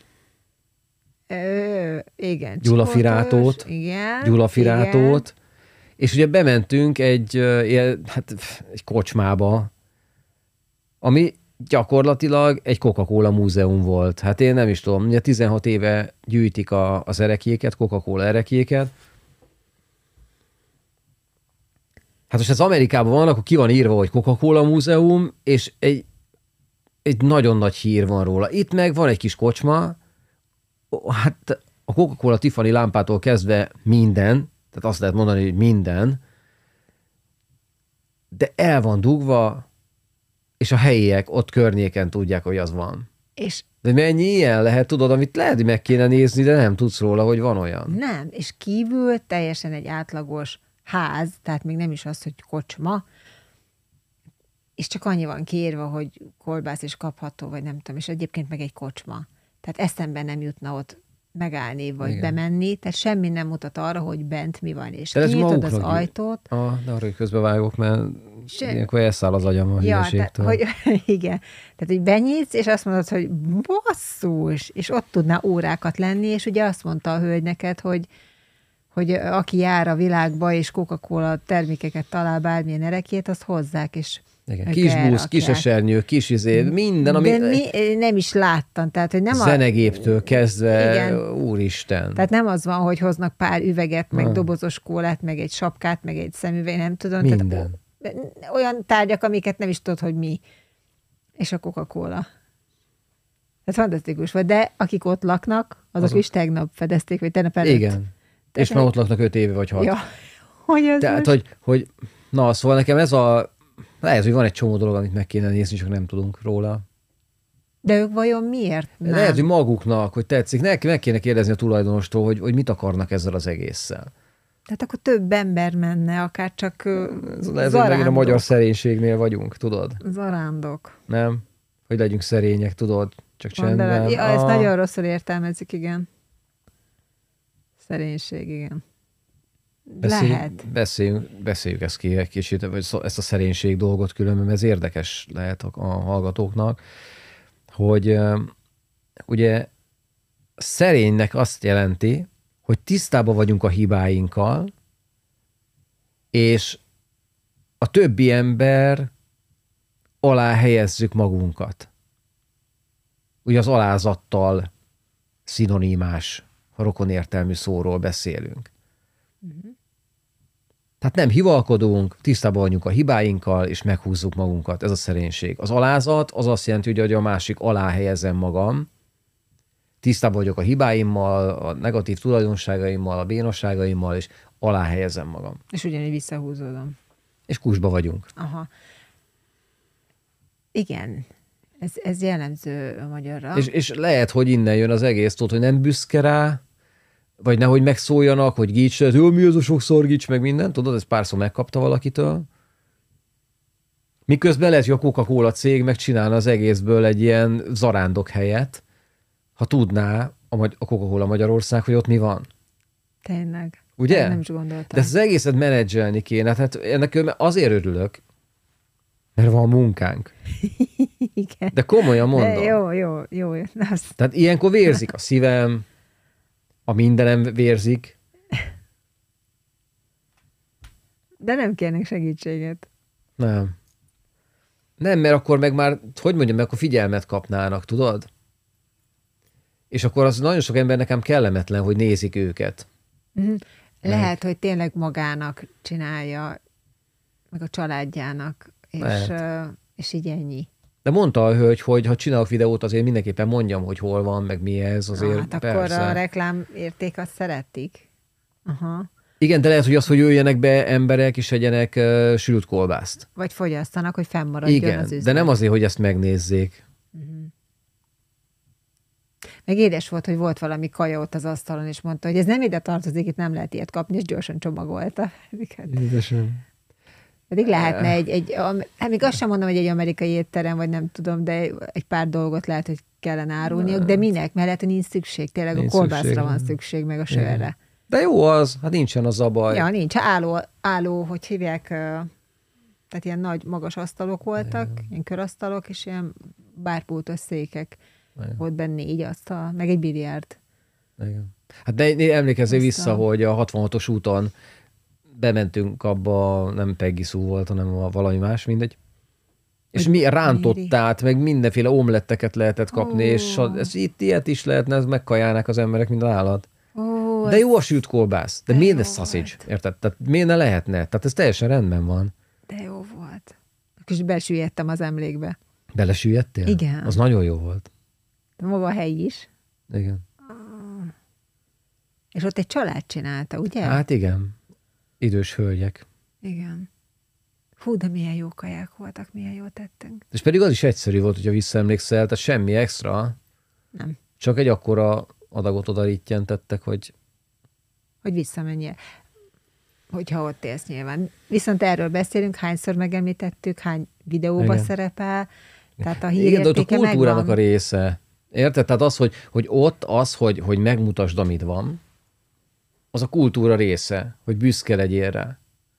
Ö, igen. Gyulafirátót. Igen. Gyulafirátót. Igen. És ugye bementünk egy, hát, egy kocsmába, ami gyakorlatilag egy Coca-Cola múzeum volt. Hát én nem is tudom, ugye tizenhat éve gyűjtik a, az erekjéket, Coca-Cola erekjéket. Hát most ez Amerikában van, akkor ki van írva, hogy Coca-Cola múzeum, és egy, egy nagyon nagy hír van róla. Itt meg van egy kis kocsma, hát a Coca-Cola Tiffany lámpától kezdve minden, tehát azt lehet mondani, hogy minden, de el van dugva, és a helyiek ott környéken tudják, hogy az van. És de mennyi ilyen lehet, tudod, amit lehet, hogy meg kéne nézni, de nem tudsz róla, hogy van olyan. Nem, és kívül teljesen egy átlagos ház, tehát még nem is az, hogy kocsma, és csak annyi van kiírva, hogy kolbász is kapható, vagy nem tudom, és egyébként meg egy kocsma. Tehát eszembe nem jutna ott megállni, vagy igen. bemenni, tehát semmi nem mutat arra, hogy bent mi van, és kinyitod az ajtót. Ah, de arra, hogy közbevágok, mert Se... ilyenkor elszáll az agyam a ja, hülyeségtől. Hogy, igen. Tehát, hogy benyitsz, és azt mondod, hogy basszus, és ott tudná órákat lenni, és ugye azt mondta a hölgy neked, hogy, hogy aki jár a világba, és Coca-Cola termékeket talál bármilyen erekét, azt hozzák, és igen, kis busz, kis esernyő, kis izé, minden, ami... De mi, nem is láttam, tehát, hogy nem zenegéptől a... kezdve, igen. Úristen. Tehát nem az van, hogy hoznak pár üveget, meg ha. dobozos kólát, meg egy sapkát, meg egy szemüveg, nem tudom. Minden. Tehát olyan tárgyak, amiket nem is tudod, hogy mi. És a Coca-Cola. Ez fantasztikus volt, de akik ott laknak, azok, azok. is tegnap fedezték, vagy tegnap előtt. Igen. Tehát és már ott laknak öt éve, vagy hat. Ja. Hogy ez Tehát, hogy, hogy na, szóval nekem ez a lehet, hogy van egy csomó dolog, amit meg kéne nézni, csak nem tudunk róla. De ők vajon miért nem? Lehet, hogy maguknak, hogy tetszik. Neki meg kéne kérdezni a tulajdonostól, hogy, hogy mit akarnak ezzel az egésszel. Tehát akkor több ember menne, akár csak ez megint a magyar szerénységnél vagyunk, tudod? Zarándok. Nem? Hogy legyünk szerények, tudod? Csak csendben. Ja, ezt ah. nagyon rosszul értelmezik, igen. Szerénység, igen. Beszélj, lehet. Beszéljünk, beszéljük ezt ki egy kicsit, ezt a szerénység dolgot különben, mert ez érdekes lehet a, a hallgatóknak, hogy uh, ugye szerénynek azt jelenti, hogy tisztában vagyunk a hibáinkkal, és a többi ember alá helyezzük magunkat. Ugye az alázattal szinonimás, rokonértelmű szóról beszélünk. Uh-huh. Tehát nem hivalkodunk, tisztában vagyunk a hibáinkkal, és meghúzzuk magunkat. Ez a szerénység. Az alázat az azt jelenti, hogy a másik alá helyezem magam, tisztában vagyok a hibáimmal, a negatív tulajdonságaimmal, a bénosságaimmal, és alá helyezem magam. És ugyanígy visszahúzódom. És kusba vagyunk. Aha. Igen. Ez, ez jellemző a magyarra. És, és lehet, hogy innen jön az egész, tudod, hogy nem büszke rá, vagy nehogy megszóljanak, hogy gics, jó, mi az a sokszor gics, meg minden, tudod, ez párszor megkapta valakitől. Miközben lehet, hogy a Coca-Cola cég megcsinálna az egészből egy ilyen zarándok helyet, ha tudná a, a Coca-Cola Magyarország, hogy ott mi van. Tényleg. Ugye? Nem is gondoltam. De ezt az egészet menedzselni kéne. Hát ennek azért örülök, mert van munkánk. Igen. De komolyan mondom. De jó, jó, jó. Azt... Tehát ilyenkor vérzik a szívem, a mindenem vérzik. De nem kérnek segítséget. Nem. Nem, mert akkor meg már, hogy mondjam, meg akkor figyelmet kapnának, tudod? És akkor az nagyon sok ember nekem kellemetlen, hogy nézik őket. Mm. Lehet, hogy tényleg magának csinálja, meg a családjának, és, és így ennyi. De mondta a hölgy, hogy ha csinálok videót, azért mindenképpen mondjam, hogy hol van, meg mi ez, azért hát persze. akkor a reklám érték azt szeretik. Aha. Igen, de lehet, hogy az, hogy jöjjenek be emberek, és egyenek uh, sült kolbászt. Vagy fogyasztanak, hogy fennmaradjon igen, az üzlet. De nem azért, hogy ezt megnézzék. Uh-huh. Meg édes volt, hogy volt valami kaja ott az asztalon, és mondta, hogy ez nem ide tartozik, itt nem lehet ilyet kapni, és gyorsan csomagolta. Édesem. Pedig lehetne egy, egy, hát még azt sem mondom, hogy egy amerikai étterem, vagy nem tudom, de egy pár dolgot lehet, hogy kellene árulniuk, de minek? Mert lehet, hogy nincs szükség. Tényleg nincs a kolbászra szükség. Van szükség, meg a sörre. De jó az, hát nincsen az a baj. Ja, nincs. Álló, álló, hogy hívják, tehát ilyen nagy, magas asztalok voltak, igen. Ilyen körasztalok, és ilyen bárpultos székek. Igen. Volt benne négy asztal, meg egy biliárd. Igen. Hát de emlékezzél vissza, hogy a hatvanhatos úton bementünk abba, nem Peggy Sue volt, hanem a valami más, mindegy. És mi rántottát, meg mindenféle omletteket lehetett kapni, oh. és ez, itt ilyet is lehetne, ez megkajálnák az emberek, mint az állat. Oh, de jó a sült kolbász. De, de miért ez sausage? Érted? Tehát miért ne lehetne? Tehát ez teljesen rendben van. De jó volt. És besüllyedtem az emlékbe. Belesüllyedtél? Igen. Az nagyon jó volt. De maga a hely is. Igen. Oh. És ott egy család csinálta, ugye? Hát igen. Idős hölgyek. Igen. Hú, de milyen jó kaják voltak, milyen jól tettünk. És pedig az is egyszerű volt, hogyha visszaemlékszel, tehát semmi extra. Nem. Csak egy akkora adagot oda rittyentettek, hogy... Hogy visszamenjél. Hogyha ott élsz nyilván. Viszont erről beszélünk, hányszor megemlítettük, hány videóba igen. szerepel, tehát a hírértéke megvan. Igen, de ott a kultúrának megvan. A része. Érted? Tehát az, hogy, hogy ott az, hogy, hogy megmutasd, amit van, az a kultúra része, hogy büszke legyél rá.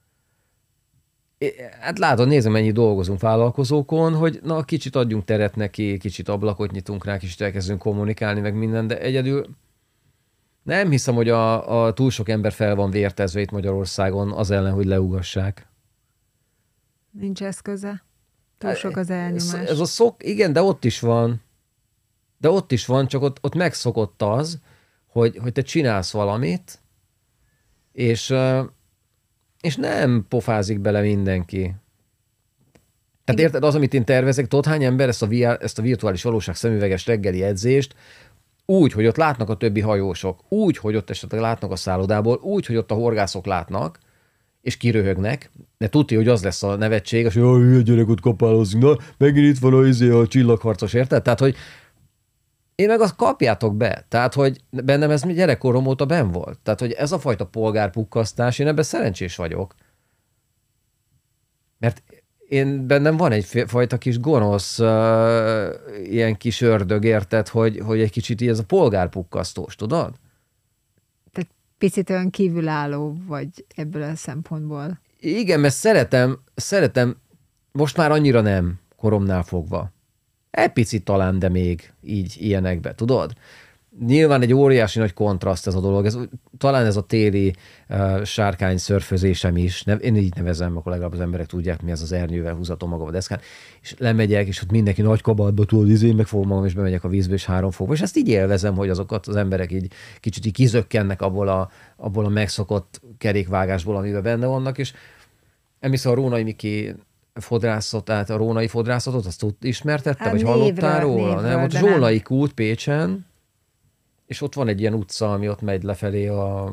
Hát látod, nézem, mennyi dolgozunk vállalkozókon, hogy na, kicsit adjunk teret neki, kicsit ablakot nyitunk rá, kicsit elkezdünk kommunikálni, meg minden, de egyedül nem hiszem, hogy a, a túl sok ember fel van vértezve itt Magyarországon az ellen, hogy leugassák. Nincs eszköze. Túl sok az elnyomás. Ez, ez a szok, igen, de ott is van. De ott is van, csak ott, ott megszokott az, hogy, hogy te csinálsz valamit, és, és nem pofázik bele mindenki. Tehát érted, az, amit én tervezek, tudod, hány ember ezt a, vi- ezt a virtuális valóság szemüveges reggeli edzést úgy, hogy ott látnak a többi hajósok, úgy, hogy ott esetleg látnak a szállodából, úgy, hogy ott a horgászok látnak, és kiröhögnek, de tudja, hogy az lesz a nevetség, és hogy hülye gyerek, ott kapálózik, na, megint itt van a, izé, a csillagharcos, érted? Tehát, hogy én meg azt kapjátok be. Tehát, hogy bennem ez gyerekkorom óta benn volt. Tehát, hogy ez a fajta polgárpukkasztás, én ebben szerencsés vagyok. Mert én bennem van egy fajta kis gonosz, uh, ilyen kis ördög, érted, hogy, hogy egy kicsit így ez a polgárpukkasztós, tudod? Tehát picit olyan kívülálló vagy ebből a szempontból. Igen, mert szeretem, szeretem, most már annyira nem, koromnál fogva. Egy picit talán, de még így ilyenekbe, tudod? nyilván egy óriási nagy kontraszt ez a dolog. Ez, talán ez a téli uh, sárkány szörfözésem is. Ne, én így nevezem, akkor legalább az emberek tudják, mi ez az ernyővel húzatom magam a deszkán. És lemegyek, és ott mindenki nagy kabátba tudod, izé, megfogom magam, és bemegyek a vízbe, és három fogva. És ezt így élvezem, hogy azokat az emberek így kicsit így kizökkennek abból a, abból a megszokott kerékvágásból, amiben benne vannak, és emlékszem a Rónai Miki fodrászat, tehát a rónai fodrászatot, azt tud ismertette, Hát vagy névről, hallottál róla? névről, Nem, ott de Zsolnai kút Pécsen, és ott van egy ilyen utca, ami ott megy lefelé a...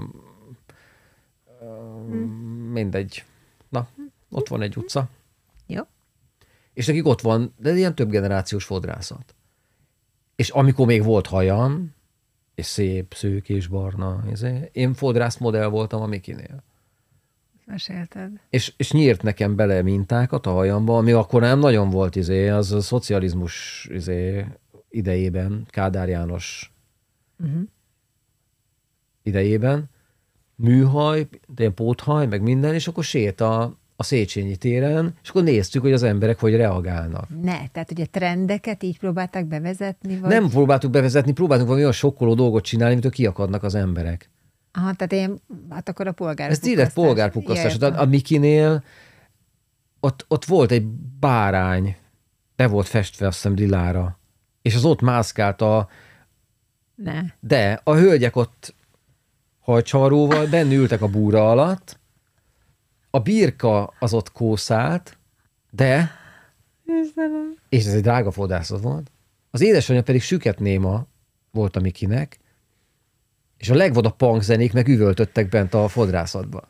a mindegy. Na, ott van egy utca. Jó. És nekik ott van, de ilyen több generációs fodrászat. És amikor még volt hajam, és szép, szők és barna, én fodrász modell voltam a Mikinél. Mesélted. És, és nyírt nekem bele mintákat a hajamba, ami akkor nem nagyon volt, izé, az a szocializmus izé, idejében, Kádár János uh-huh. idejében, műhaj, de ilyen póthaj, meg minden, és akkor sét a, a Széchenyi téren, és akkor néztük, hogy az emberek hogy reagálnak. Ne, tehát ugye trendeket így próbálták bevezetni? Vagy? Nem próbáltuk bevezetni, próbáltunk valami olyan sokkoló dolgot csinálni, mitől kiakadnak az emberek. Aha, tehát én, hát akkor a polgárpukkasztás. Ez direkt polgárpukkasztás. Tehát a Mikinél ott, ott volt egy bárány, be volt festve, azt hiszem, lilára, és az ott mászkált a... Ne. De a hölgyek ott hajcsaróval benne ültek a búra alatt, a birka az ott kószált, de... Istenem. És ez egy drága fodrászat volt. Az édesanyja pedig süket néma volt a Mikinek, és a legvadabb punk zenék meg üvöltöttek bent a fodrászatba.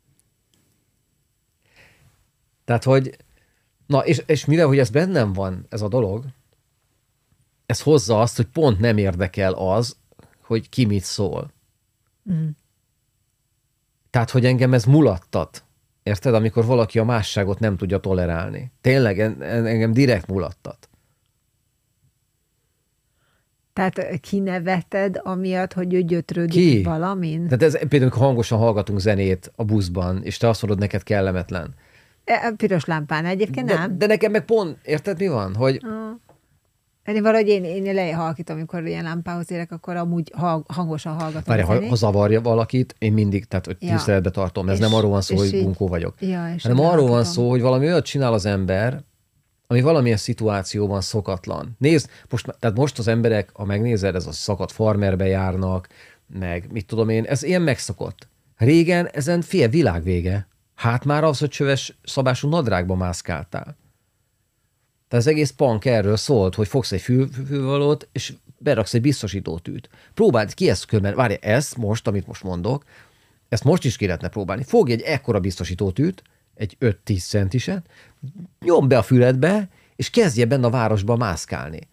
Tehát, hogy... Na, és, és mivel, hogy ez bennem van, ez a dolog, ez hozza azt, hogy pont nem érdekel az, hogy ki mit szól. Mm. Tehát, hogy engem ez mulattat. Érted? Amikor valaki a másságot nem tudja tolerálni. Tényleg, engem direkt mulattat. Tehát kineveted amiatt, hogy ő gyötrődik Ki? valamin? Tehát ez például, amikor hangosan hallgatunk zenét a buszban, és te azt mondod, neked kellemetlen. E, piros lámpán egyébként de, nem. De nekem meg pont, érted mi van? Hogy... Uh. Én valahogy én, én lehalkítom, amikor ilyen lámpához érek, akkor amúgy hangosan hallgatom. Várj, ha, ha zavarja valakit, én mindig, tehát hogy ja. tiszteletbe tartom. Ez és, nem arról van szó, hogy így, bunkó vagyok. Ja, hanem arról halkítom. Van szó, hogy valami olyat csinál az ember, ami valamilyen szituációban szokatlan. Nézd, most, tehát most az emberek, ha megnézed, ez a szakadt farmerbe járnak, meg mit tudom én, ez ilyen megszokott. Régen ezen fél világ vége. Hát már az, hogy csöves szabású nadrágba mászkáltál. Tehát az egész punk erről szólt, hogy fogsz egy fül, fülvalót, és beraksz egy biztosítótűt. Próbáld ki ezt körben. Várj, ezt most, amit most mondok, ezt most is ki lehetne próbálni. Fogj egy ekkora biztosítótűt, egy öt-tíz centiset, nyomd be a füledbe, és kezdje benne a városba mászkálni.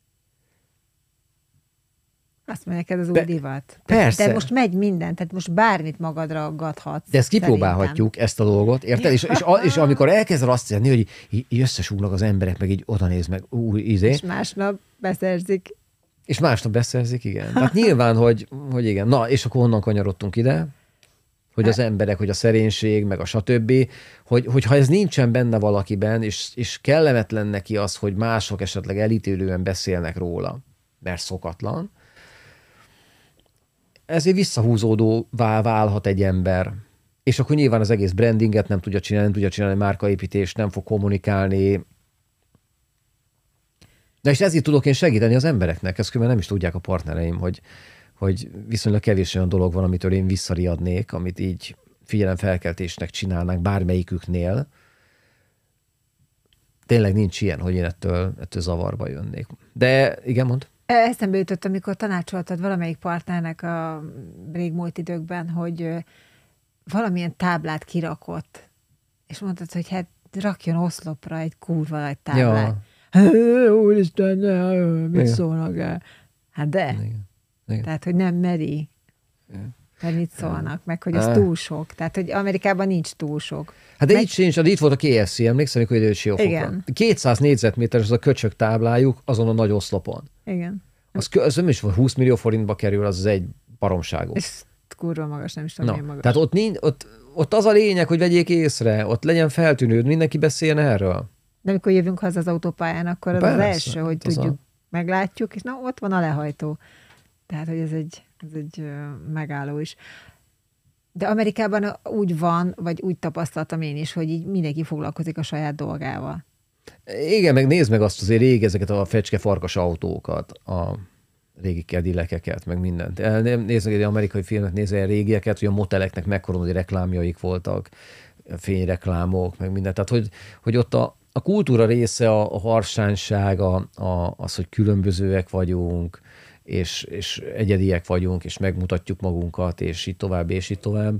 Azt mondják, ez az új divat. Persze. De most megy minden, tehát most bármit magadra aggathatsz. De ezt kipróbálhatjuk, ezt a dolgot, érted? És, és, és amikor elkezd azt tenni, hogy így, így összesúgnak az emberek, meg így oda néz meg, új, izé. És másnap beszerzik. És másnap beszerzik, igen. Tehát nyilván, hogy, hogy igen. Na, és akkor honnan kanyarodtunk ide? Hogy az emberek, hogy a szerénység, meg a stb., hogy, hogyha ez nincsen benne valakiben, és, és kellemetlen neki az, hogy mások esetleg elítélően beszélnek róla, mert szokatlan, ezért visszahúzódóvá válhat egy ember. És akkor nyilván az egész brandinget nem tudja csinálni, nem tudja csinálni márkaépítést, nem fog kommunikálni. De és ezért tudok én segíteni az embereknek, ezt különben nem is tudják a partnereim, hogy, hogy viszonylag kevés olyan dolog van, amitől én visszariadnék, amit így figyelemfelkeltésnek csinálnánk bármelyiküknél. Tényleg nincs ilyen, hogy én ettől, ettől zavarba jönnék. De igen, mondd. Eszembe jutott, amikor tanácsoltad valamelyik partnernek a régmúlt időkben, hogy valamilyen táblát kirakott, és mondtad, hogy hát rakjon oszlopra egy kurva nagy táblát. Ja. Úristen, mit igen. szólnak el? Hát de. Igen. Igen. Tehát, hogy nem meri. Igen. Mert mit szólnak, igen. meg hogy az ah. túl sok. Tehát, hogy Amerikában nincs túl sok. Hát de meg... itt sincs, de itt volt a ká ef cé, emlékszem, amikor időt Siófokra. kétszáz négyzetméteres az a köcsög táblájuk azon a nagy oszlopon. Igen. Az, az nem is van, húsz millió forintba kerül, az egy baromságos. Ez kurva magas, nem is tudom, milyen magas. Tehát ott, nincs, ott, ott az a lényeg, hogy vegyék észre, ott legyen feltűnő, mindenki beszéljen erről. De amikor jövünk haza az autópályán, akkor az Persze, az első, hogy tudjuk, a... meglátjuk, és na, ott van a lehajtó. Tehát, hogy ez egy, ez egy megálló is. De Amerikában úgy van, vagy úgy tapasztaltam én is, hogy így mindenki foglalkozik a saját dolgával. Igen, meg nézd meg azt azért rég ezeket a fecske-farkas autókat, a régi kedilekeket, meg mindent. Nézd meg egy amerikai filmet, nézd el régieket, hogy a moteleknek mekkora nagy reklámjaik voltak, fényreklámok, meg mindent. Tehát, hogy, hogy ott a, a kultúra része, a, a harsányság, a, a, az, hogy különbözőek vagyunk, és, és egyediek vagyunk, és megmutatjuk magunkat, és így tovább, és így tovább.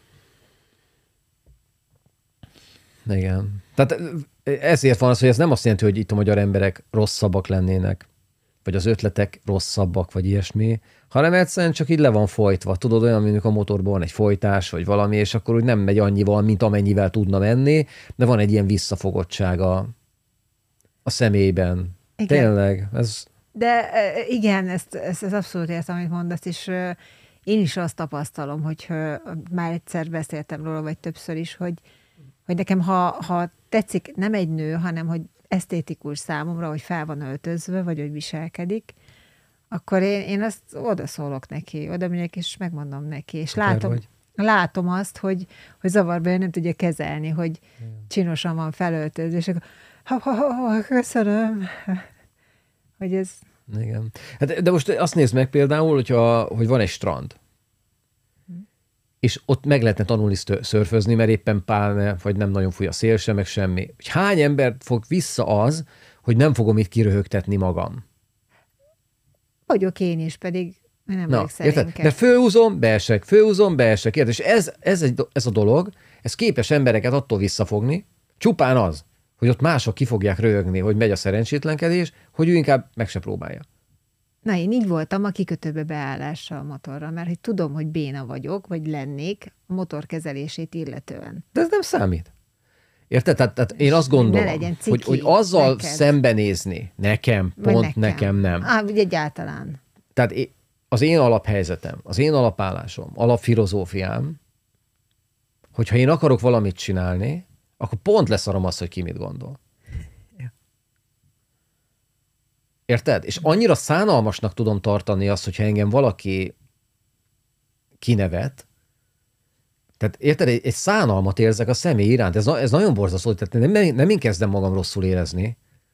Igen. Tehát ezért van az, hogy ez nem azt jelenti, hogy itt a magyar emberek rosszabbak lennének, vagy az ötletek rosszabbak, vagy ilyesmi, hanem egyszerűen csak így le van folytva. Tudod, olyan, mint a motorban van egy folytás, vagy valami, és akkor úgy nem megy annyival, mint amennyivel tudna menni, de van egy ilyen visszafogottsága a személyben. Igen. Tényleg, ez... De igen, ezt, ezt, ezt abszolút értem, amit mondasz, és én is azt tapasztalom, hogy már egyszer beszéltem róla, vagy többször is, hogy, hogy nekem, ha, ha tetszik nem egy nő, hanem hogy esztétikus számomra, hogy fel van öltözve, vagy hogy viselkedik, akkor én, én azt oda szólok neki, oda megyek, és megmondom neki, és látom, látom azt, hogy, hogy zavarba nem tudja kezelni, hogy csinosan van felöltözve, és akkor ha, ha, ha, köszönöm, hogy ez... Igen. Hát, de most azt nézd meg például, hogyha, hogy van egy strand, hm. és ott meg lehetne tanulni szörfözni, mert éppen pálme, vagy nem nagyon fúj a szél sem, meg semmi. Hány embert fog vissza az, hogy nem fogom itt kiröhögtetni magam? Vagyok én is, pedig nem Na, vagyok szerényke. De fölhúzom, beesek, fölhúzom, beesek. Érted? És ez, ez, egy, ez a dolog, ez képes embereket attól visszafogni, csupán az, hogy ott mások ki fogják röhögni, hogy megy a szerencsétlenkedés, hogy ő inkább meg se próbálja. Na, én így voltam a kikötőbe beállással a motorra, mert hogy tudom, hogy béna vagyok, vagy lennék a motor kezelését illetően. De ez nem számít. Érted? Tehát, tehát én azt gondolom, hogy, hogy azzal neked szembenézni nekem, pont nekem, nekem nem. Á, ugye egyáltalán. Tehát az én alaphelyzetem, az én alapállásom, alapfilozófiám, hogyha én akarok valamit csinálni, akkor pont leszarom azt, hogy ki mit gondol. Ja. Érted? És annyira szánalmasnak tudom tartani azt, hogyha engem valaki kinevet, tehát érted, egy, egy szánalmat érzek a személy iránt. Ez, ez nagyon borzasztó, tehát nem, nem én kezdem magam rosszul érezni,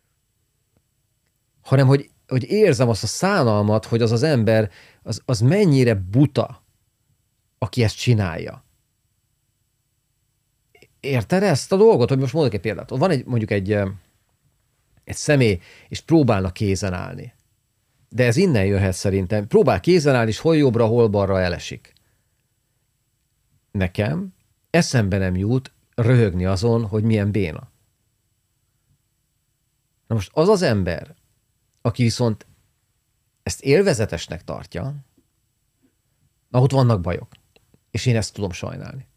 hanem hogy, hogy érzem azt a szánalmat, hogy az az ember, az, az mennyire buta, aki ezt csinálja. Érted ezt a dolgot? Hogy most mondok egy példát. Van egy, mondjuk egy, egy személy, és próbálna kézen állni. De ez innen jöhet szerintem. Próbál kézen állni, és hol jobbra, hol balra elesik. Nekem eszembe nem jut röhögni azon, hogy milyen béna. Na most az az ember, aki viszont ezt élvezetesnek tartja, na ott vannak bajok. És én ezt tudom sajnálni.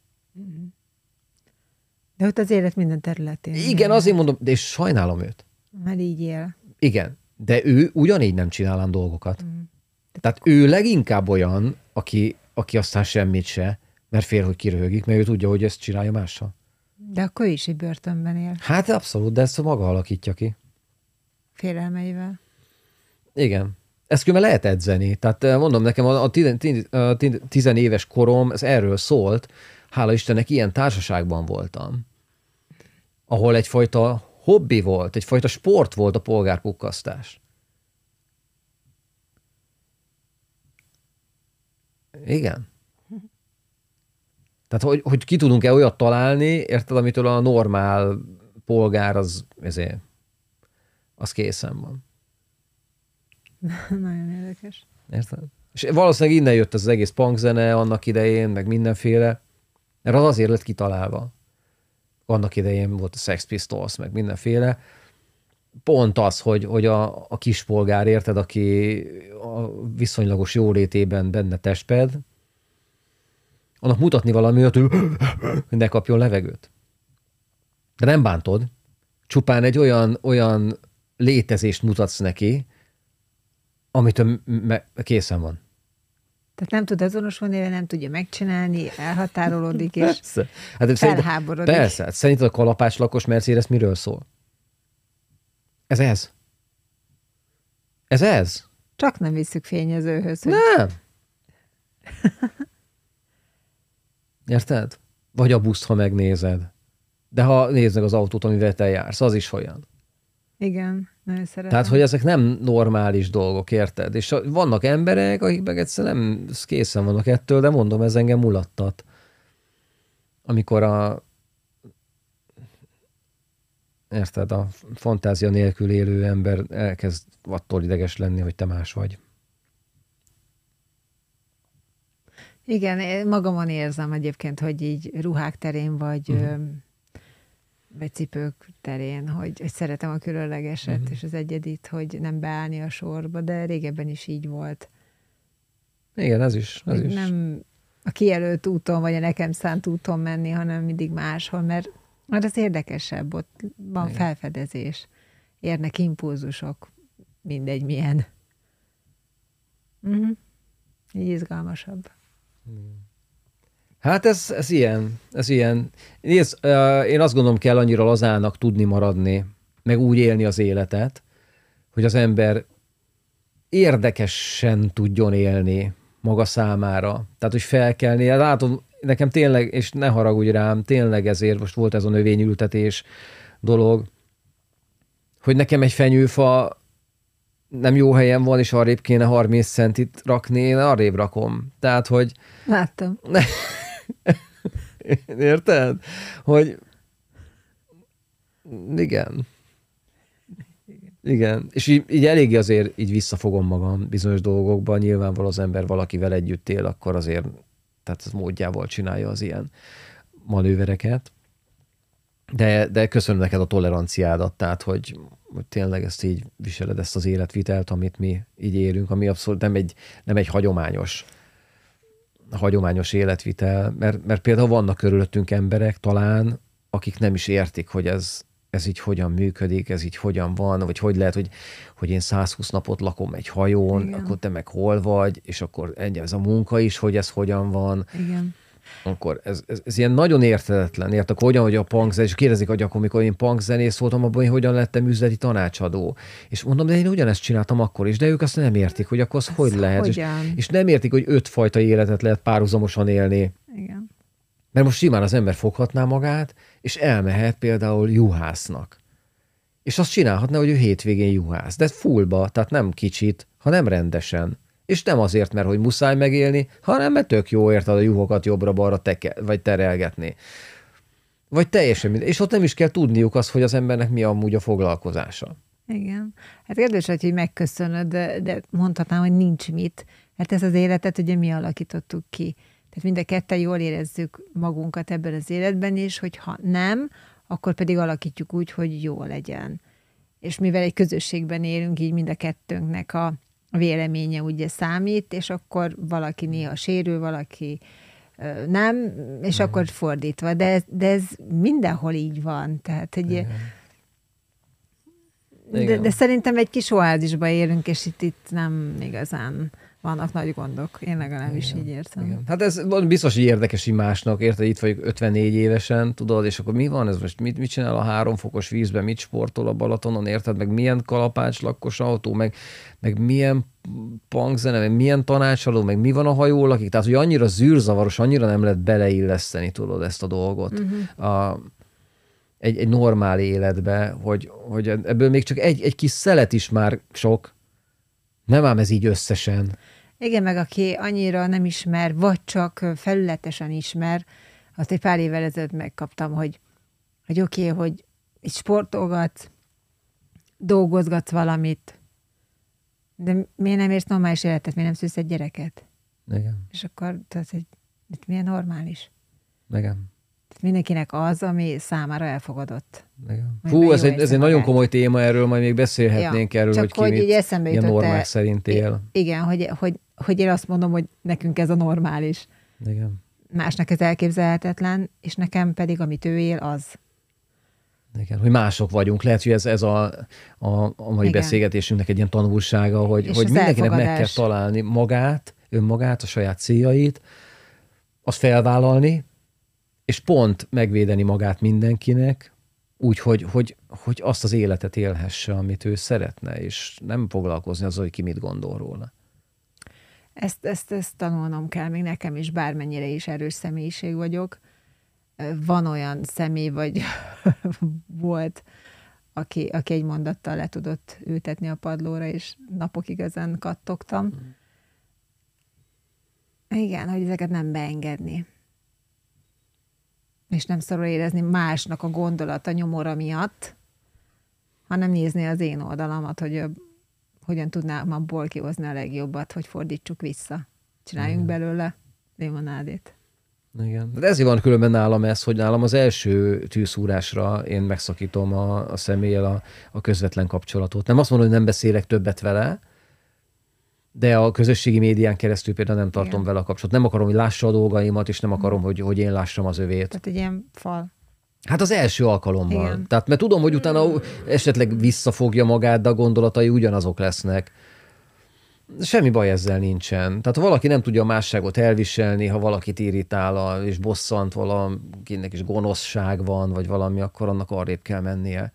De ott az élet minden területén. Igen, azért mondom, de és sajnálom őt. Mert így él. Igen, de ő ugyanígy nem csinálán dolgokat. Mm. Tehát ő leginkább olyan, aki, aki aztán semmit se, mert fél, hogy kiröhögik, mert ő tudja, hogy ezt csinálja mással. De akkor ő is egy börtönben él. Hát abszolút, de ezt maga alakítja ki. Félelmeivel. Igen. Ezt különben lehet edzeni. Tehát mondom nekem, a, a, tizen, a tizenéves korom, ez erről szólt, hála Istennek ilyen társaságban voltam, ahol egyfajta hobbi volt, egyfajta sport volt a polgárpukkasztás. Igen. Tehát, hogy, hogy ki tudunk-e olyat találni, érted, amitől a normál polgár az, ezért, az készen van. Nagyon érdekes. Érted? És valószínűleg innen jött az egész punkzene annak idején, meg mindenféle, mert az azért lett kitalálva. Annak idején volt a Sex Pistols, meg mindenféle. Pont az, hogy, hogy a, a kispolgár, érted, aki a viszonylagos jólétében benne testped, annak mutatni valami, hogy ne kapjon levegőt. De nem bántod, csupán egy olyan, olyan létezést mutatsz neki, amitől készen van. Tehát nem tud azonosulni, nem tudja megcsinálni, elhatárolódik, és persze. Hát felháborodik. Persze. Hát szerinted a kalapács lakos Mercedes miről szól? Ez ez. Ez ez. Csak nem visszük fényezőhöz. Hogy... Nem. Érted? Vagy a buszt, ha megnézed. De ha nézd az autót, amivel te jársz, az is olyan. Igen, nagyon szeretem. Tehát, hogy ezek nem normális dolgok, érted? És vannak emberek, akik meg egyszerűen nem készen vannak ettől, de mondom, ez engem mulattat. Amikor a érted, a fantázia nélkül élő ember elkezd attól ideges lenni, hogy te más vagy. Igen, én magamon érzem egyébként, hogy így ruhák terén, vagy, uh-huh. vagy cipők terén, hogy, hogy szeretem a különlegeset uh-huh. és az egyedit, hogy nem beállni a sorba, de régebben is így volt. Igen, ez is. Ez is. Nem a kijelölt úton, vagy a nekem szánt úton menni, hanem mindig máshol, mert, mert az érdekesebb, ott van Igen. felfedezés, érnek impulzusok, mindegy milyen. Uh-huh. Így izgalmasabb. Hát ez, ez ilyen, ez ilyen. Nézd, én azt gondolom, kell annyira lazának tudni maradni, meg úgy élni az életet, hogy az ember érdekesen tudjon élni maga számára. Tehát, hogy felkelni. Látom, nekem tényleg, és ne haragudj rám, tényleg ezért most volt ez a növényültetés dolog, hogy nekem egy fenyőfa nem jó helyen van, és arrébb kéne harminc centit rakni, én arrébb rakom. Tehát, hogy... Láttam. Érted? Hogy... Igen. Igen. És így, így eléggé azért így visszafogom magam bizonyos dolgokban. Nyilvánvalóan az ember valakivel együtt él, akkor azért, tehát az módjával csinálja az ilyen manővereket. De, de köszönöm neked a toleranciádat, tehát, hogy, hogy tényleg ezt így viseled, ezt az életvitelt, amit mi így élünk, ami abszolút nem egy, nem egy hagyományos, hagyományos életvitel, mert, mert például vannak körülöttünk emberek talán, akik nem is értik, hogy ez, ez így hogyan működik, ez így hogyan van, vagy hogy lehet, hogy, hogy én száz húsz napot lakom egy hajón, Igen. akkor te meg hol vagy, és akkor ennyi ez a munka is, hogy ez hogyan van. Igen. Akkor ez, ez, ez ilyen nagyon érthetetlen. Értek, hogyan, hogy a punkzenész, és kérdezik, hogy akkor, amikor én punkzenész voltam, abban én hogyan lettem üzleti tanácsadó. És mondom, de én ugyanezt csináltam akkor is, de ők azt nem értik, hogy akkor az ez hogy lehet. És, és nem értik, hogy ötfajta életet lehet párhuzamosan élni. Igen. Mert most simán az ember foghatná magát, és elmehet például juhásznak. És azt csinálhatna, hogy ő hétvégén juhász. De fullba, tehát nem kicsit, hanem rendesen. És nem azért, mert hogy muszáj megélni, hanem mert tök jó érted a juhokat jobbra-balra teke, vagy terelgetni. Vagy teljesen minden. És ott nem is kell tudniuk azt, hogy az embernek mi amúgy a foglalkozása. Igen. Hát kérdés, hogy megköszönöd, de, de mondhatnám, hogy nincs mit. Hát ez az életet ugye mi alakítottuk ki. Tehát mind a ketten jól érezzük magunkat ebben az életben is, hogy ha nem, akkor pedig alakítjuk úgy, hogy jó legyen. És mivel egy közösségben élünk, így mind a kettőnknek a a véleménye ugye számít, és akkor valaki néha sérül, valaki ö, nem, és mm. akkor fordítva. De ez, de ez mindenhol így van. Tehát, hogy de, de szerintem egy kis oázisba élünk, és itt, itt nem igazán vannak nagy gondok. Én legalábbis így értem. Igen. Hát ez biztos, hogy érdekes így másnak, érted? Itt vagyok ötvennégy évesen, tudod, és akkor mi van ez most? Mit, mit csinál a három fokos vízben, mit sportol a Balatonon, érted? Meg milyen kalapács lakkos autó, meg, meg milyen punkzene, meg milyen tanácsadó, meg mi van a hajó lakik. Tehát, hogy annyira zűrzavaros, annyira nem lehet beleilleszteni, tudod, ezt a dolgot. Uh-huh. A, egy, egy normál életbe, hogy, hogy ebből még csak egy, egy kis szelet is már sok. Nem ám ez így összesen. Igen, meg aki annyira nem ismer, vagy csak felületesen ismer, azt egy pár évvel ezelőtt megkaptam, hogy, hogy oké, okay, hogy itt sportolgatsz, dolgozgatsz valamit, de miért nem érsz normális életet, miért nem szülsz egy gyereket? Igen. És akkor tehát, hogy milyen normális? Igen. Mindenkinek az, ami számára elfogadott. Igen. Hú, ez egy, ez egy nagyon komoly téma, erről majd még beszélhetnénk ja, erről, hogy ki mit, milyen normák szerint él. Igen, hogy, hogy, hogy én azt mondom, hogy nekünk ez a normális. Igen. Másnak ez elképzelhetetlen, és nekem pedig, amit ő él, az. Igen, hogy mások vagyunk. Lehet, hogy ez, ez a, a, a mai Igen. beszélgetésünknek egy ilyen tanulsága, hogy, hogy mindenkinek meg kell találni magát, önmagát, a saját céljait, azt felvállalni, és pont megvédeni magát mindenkinek, úgy, hogy, hogy, hogy azt az életet élhesse, amit ő szeretne, és nem foglalkozni azzal, hogy ki mit gondol róla. Ezt, ezt, ezt tanulnom kell, még nekem is, bármennyire is erős személyiség vagyok. Van olyan személy, vagy volt, aki, aki egy mondattal le tudott ültetni a padlóra, és napokig ezen kattogtam. Mm. Igen, hogy ezeket nem beengedni. És nem szarul érezni másnak a gondolata nyomora miatt, hanem nézni az én oldalamat, hogy hogyan tudnám abból kihozni a legjobbat, hogy fordítsuk vissza. Csináljunk Igen. belőle limonádét. Igen. De ezért van különben nálam ez, hogy nálam az első tűszúrásra én megszakítom a, a személlyel a, a közvetlen kapcsolatot. Nem azt mondom, hogy nem beszélek többet vele, de a közösségi médián keresztül például nem tartom Igen. vele a kapcsolatot. Nem akarom, hogy lássa a dolgaimat, és nem akarom, hogy, hogy én lássam az övét. Tehát egy ilyen fal. Hát az első alkalommal. Igen. Tehát mert tudom, hogy utána esetleg visszafogja magát, de a gondolatai ugyanazok lesznek. Semmi baj ezzel nincsen. Tehát ha valaki nem tudja a másságot elviselni, ha valakit irritál és bosszant valakinek is gonoszság van, vagy valami, akkor annak arrébb kell mennie.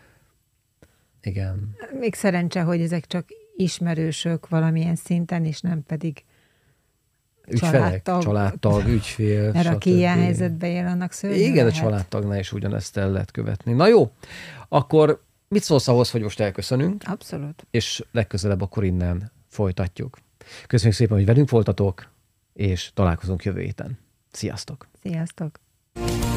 Igen. Még szerencse, hogy ezek csak ismerősök valamilyen szinten, és nem pedig ügyfelek, családtag, családtag ügyfél. Mert aki ilyen helyzetben él, annak szörnyű Igen, lehet. A családtagnál is ugyanezt el lehet követni. Na jó, akkor mit szólsz ahhoz, hogy most elköszönünk? Abszolút. És legközelebb akkor innen folytatjuk. Köszönjük szépen, hogy velünk voltatok, és találkozunk jövő héten. Sziasztok! Sziasztok!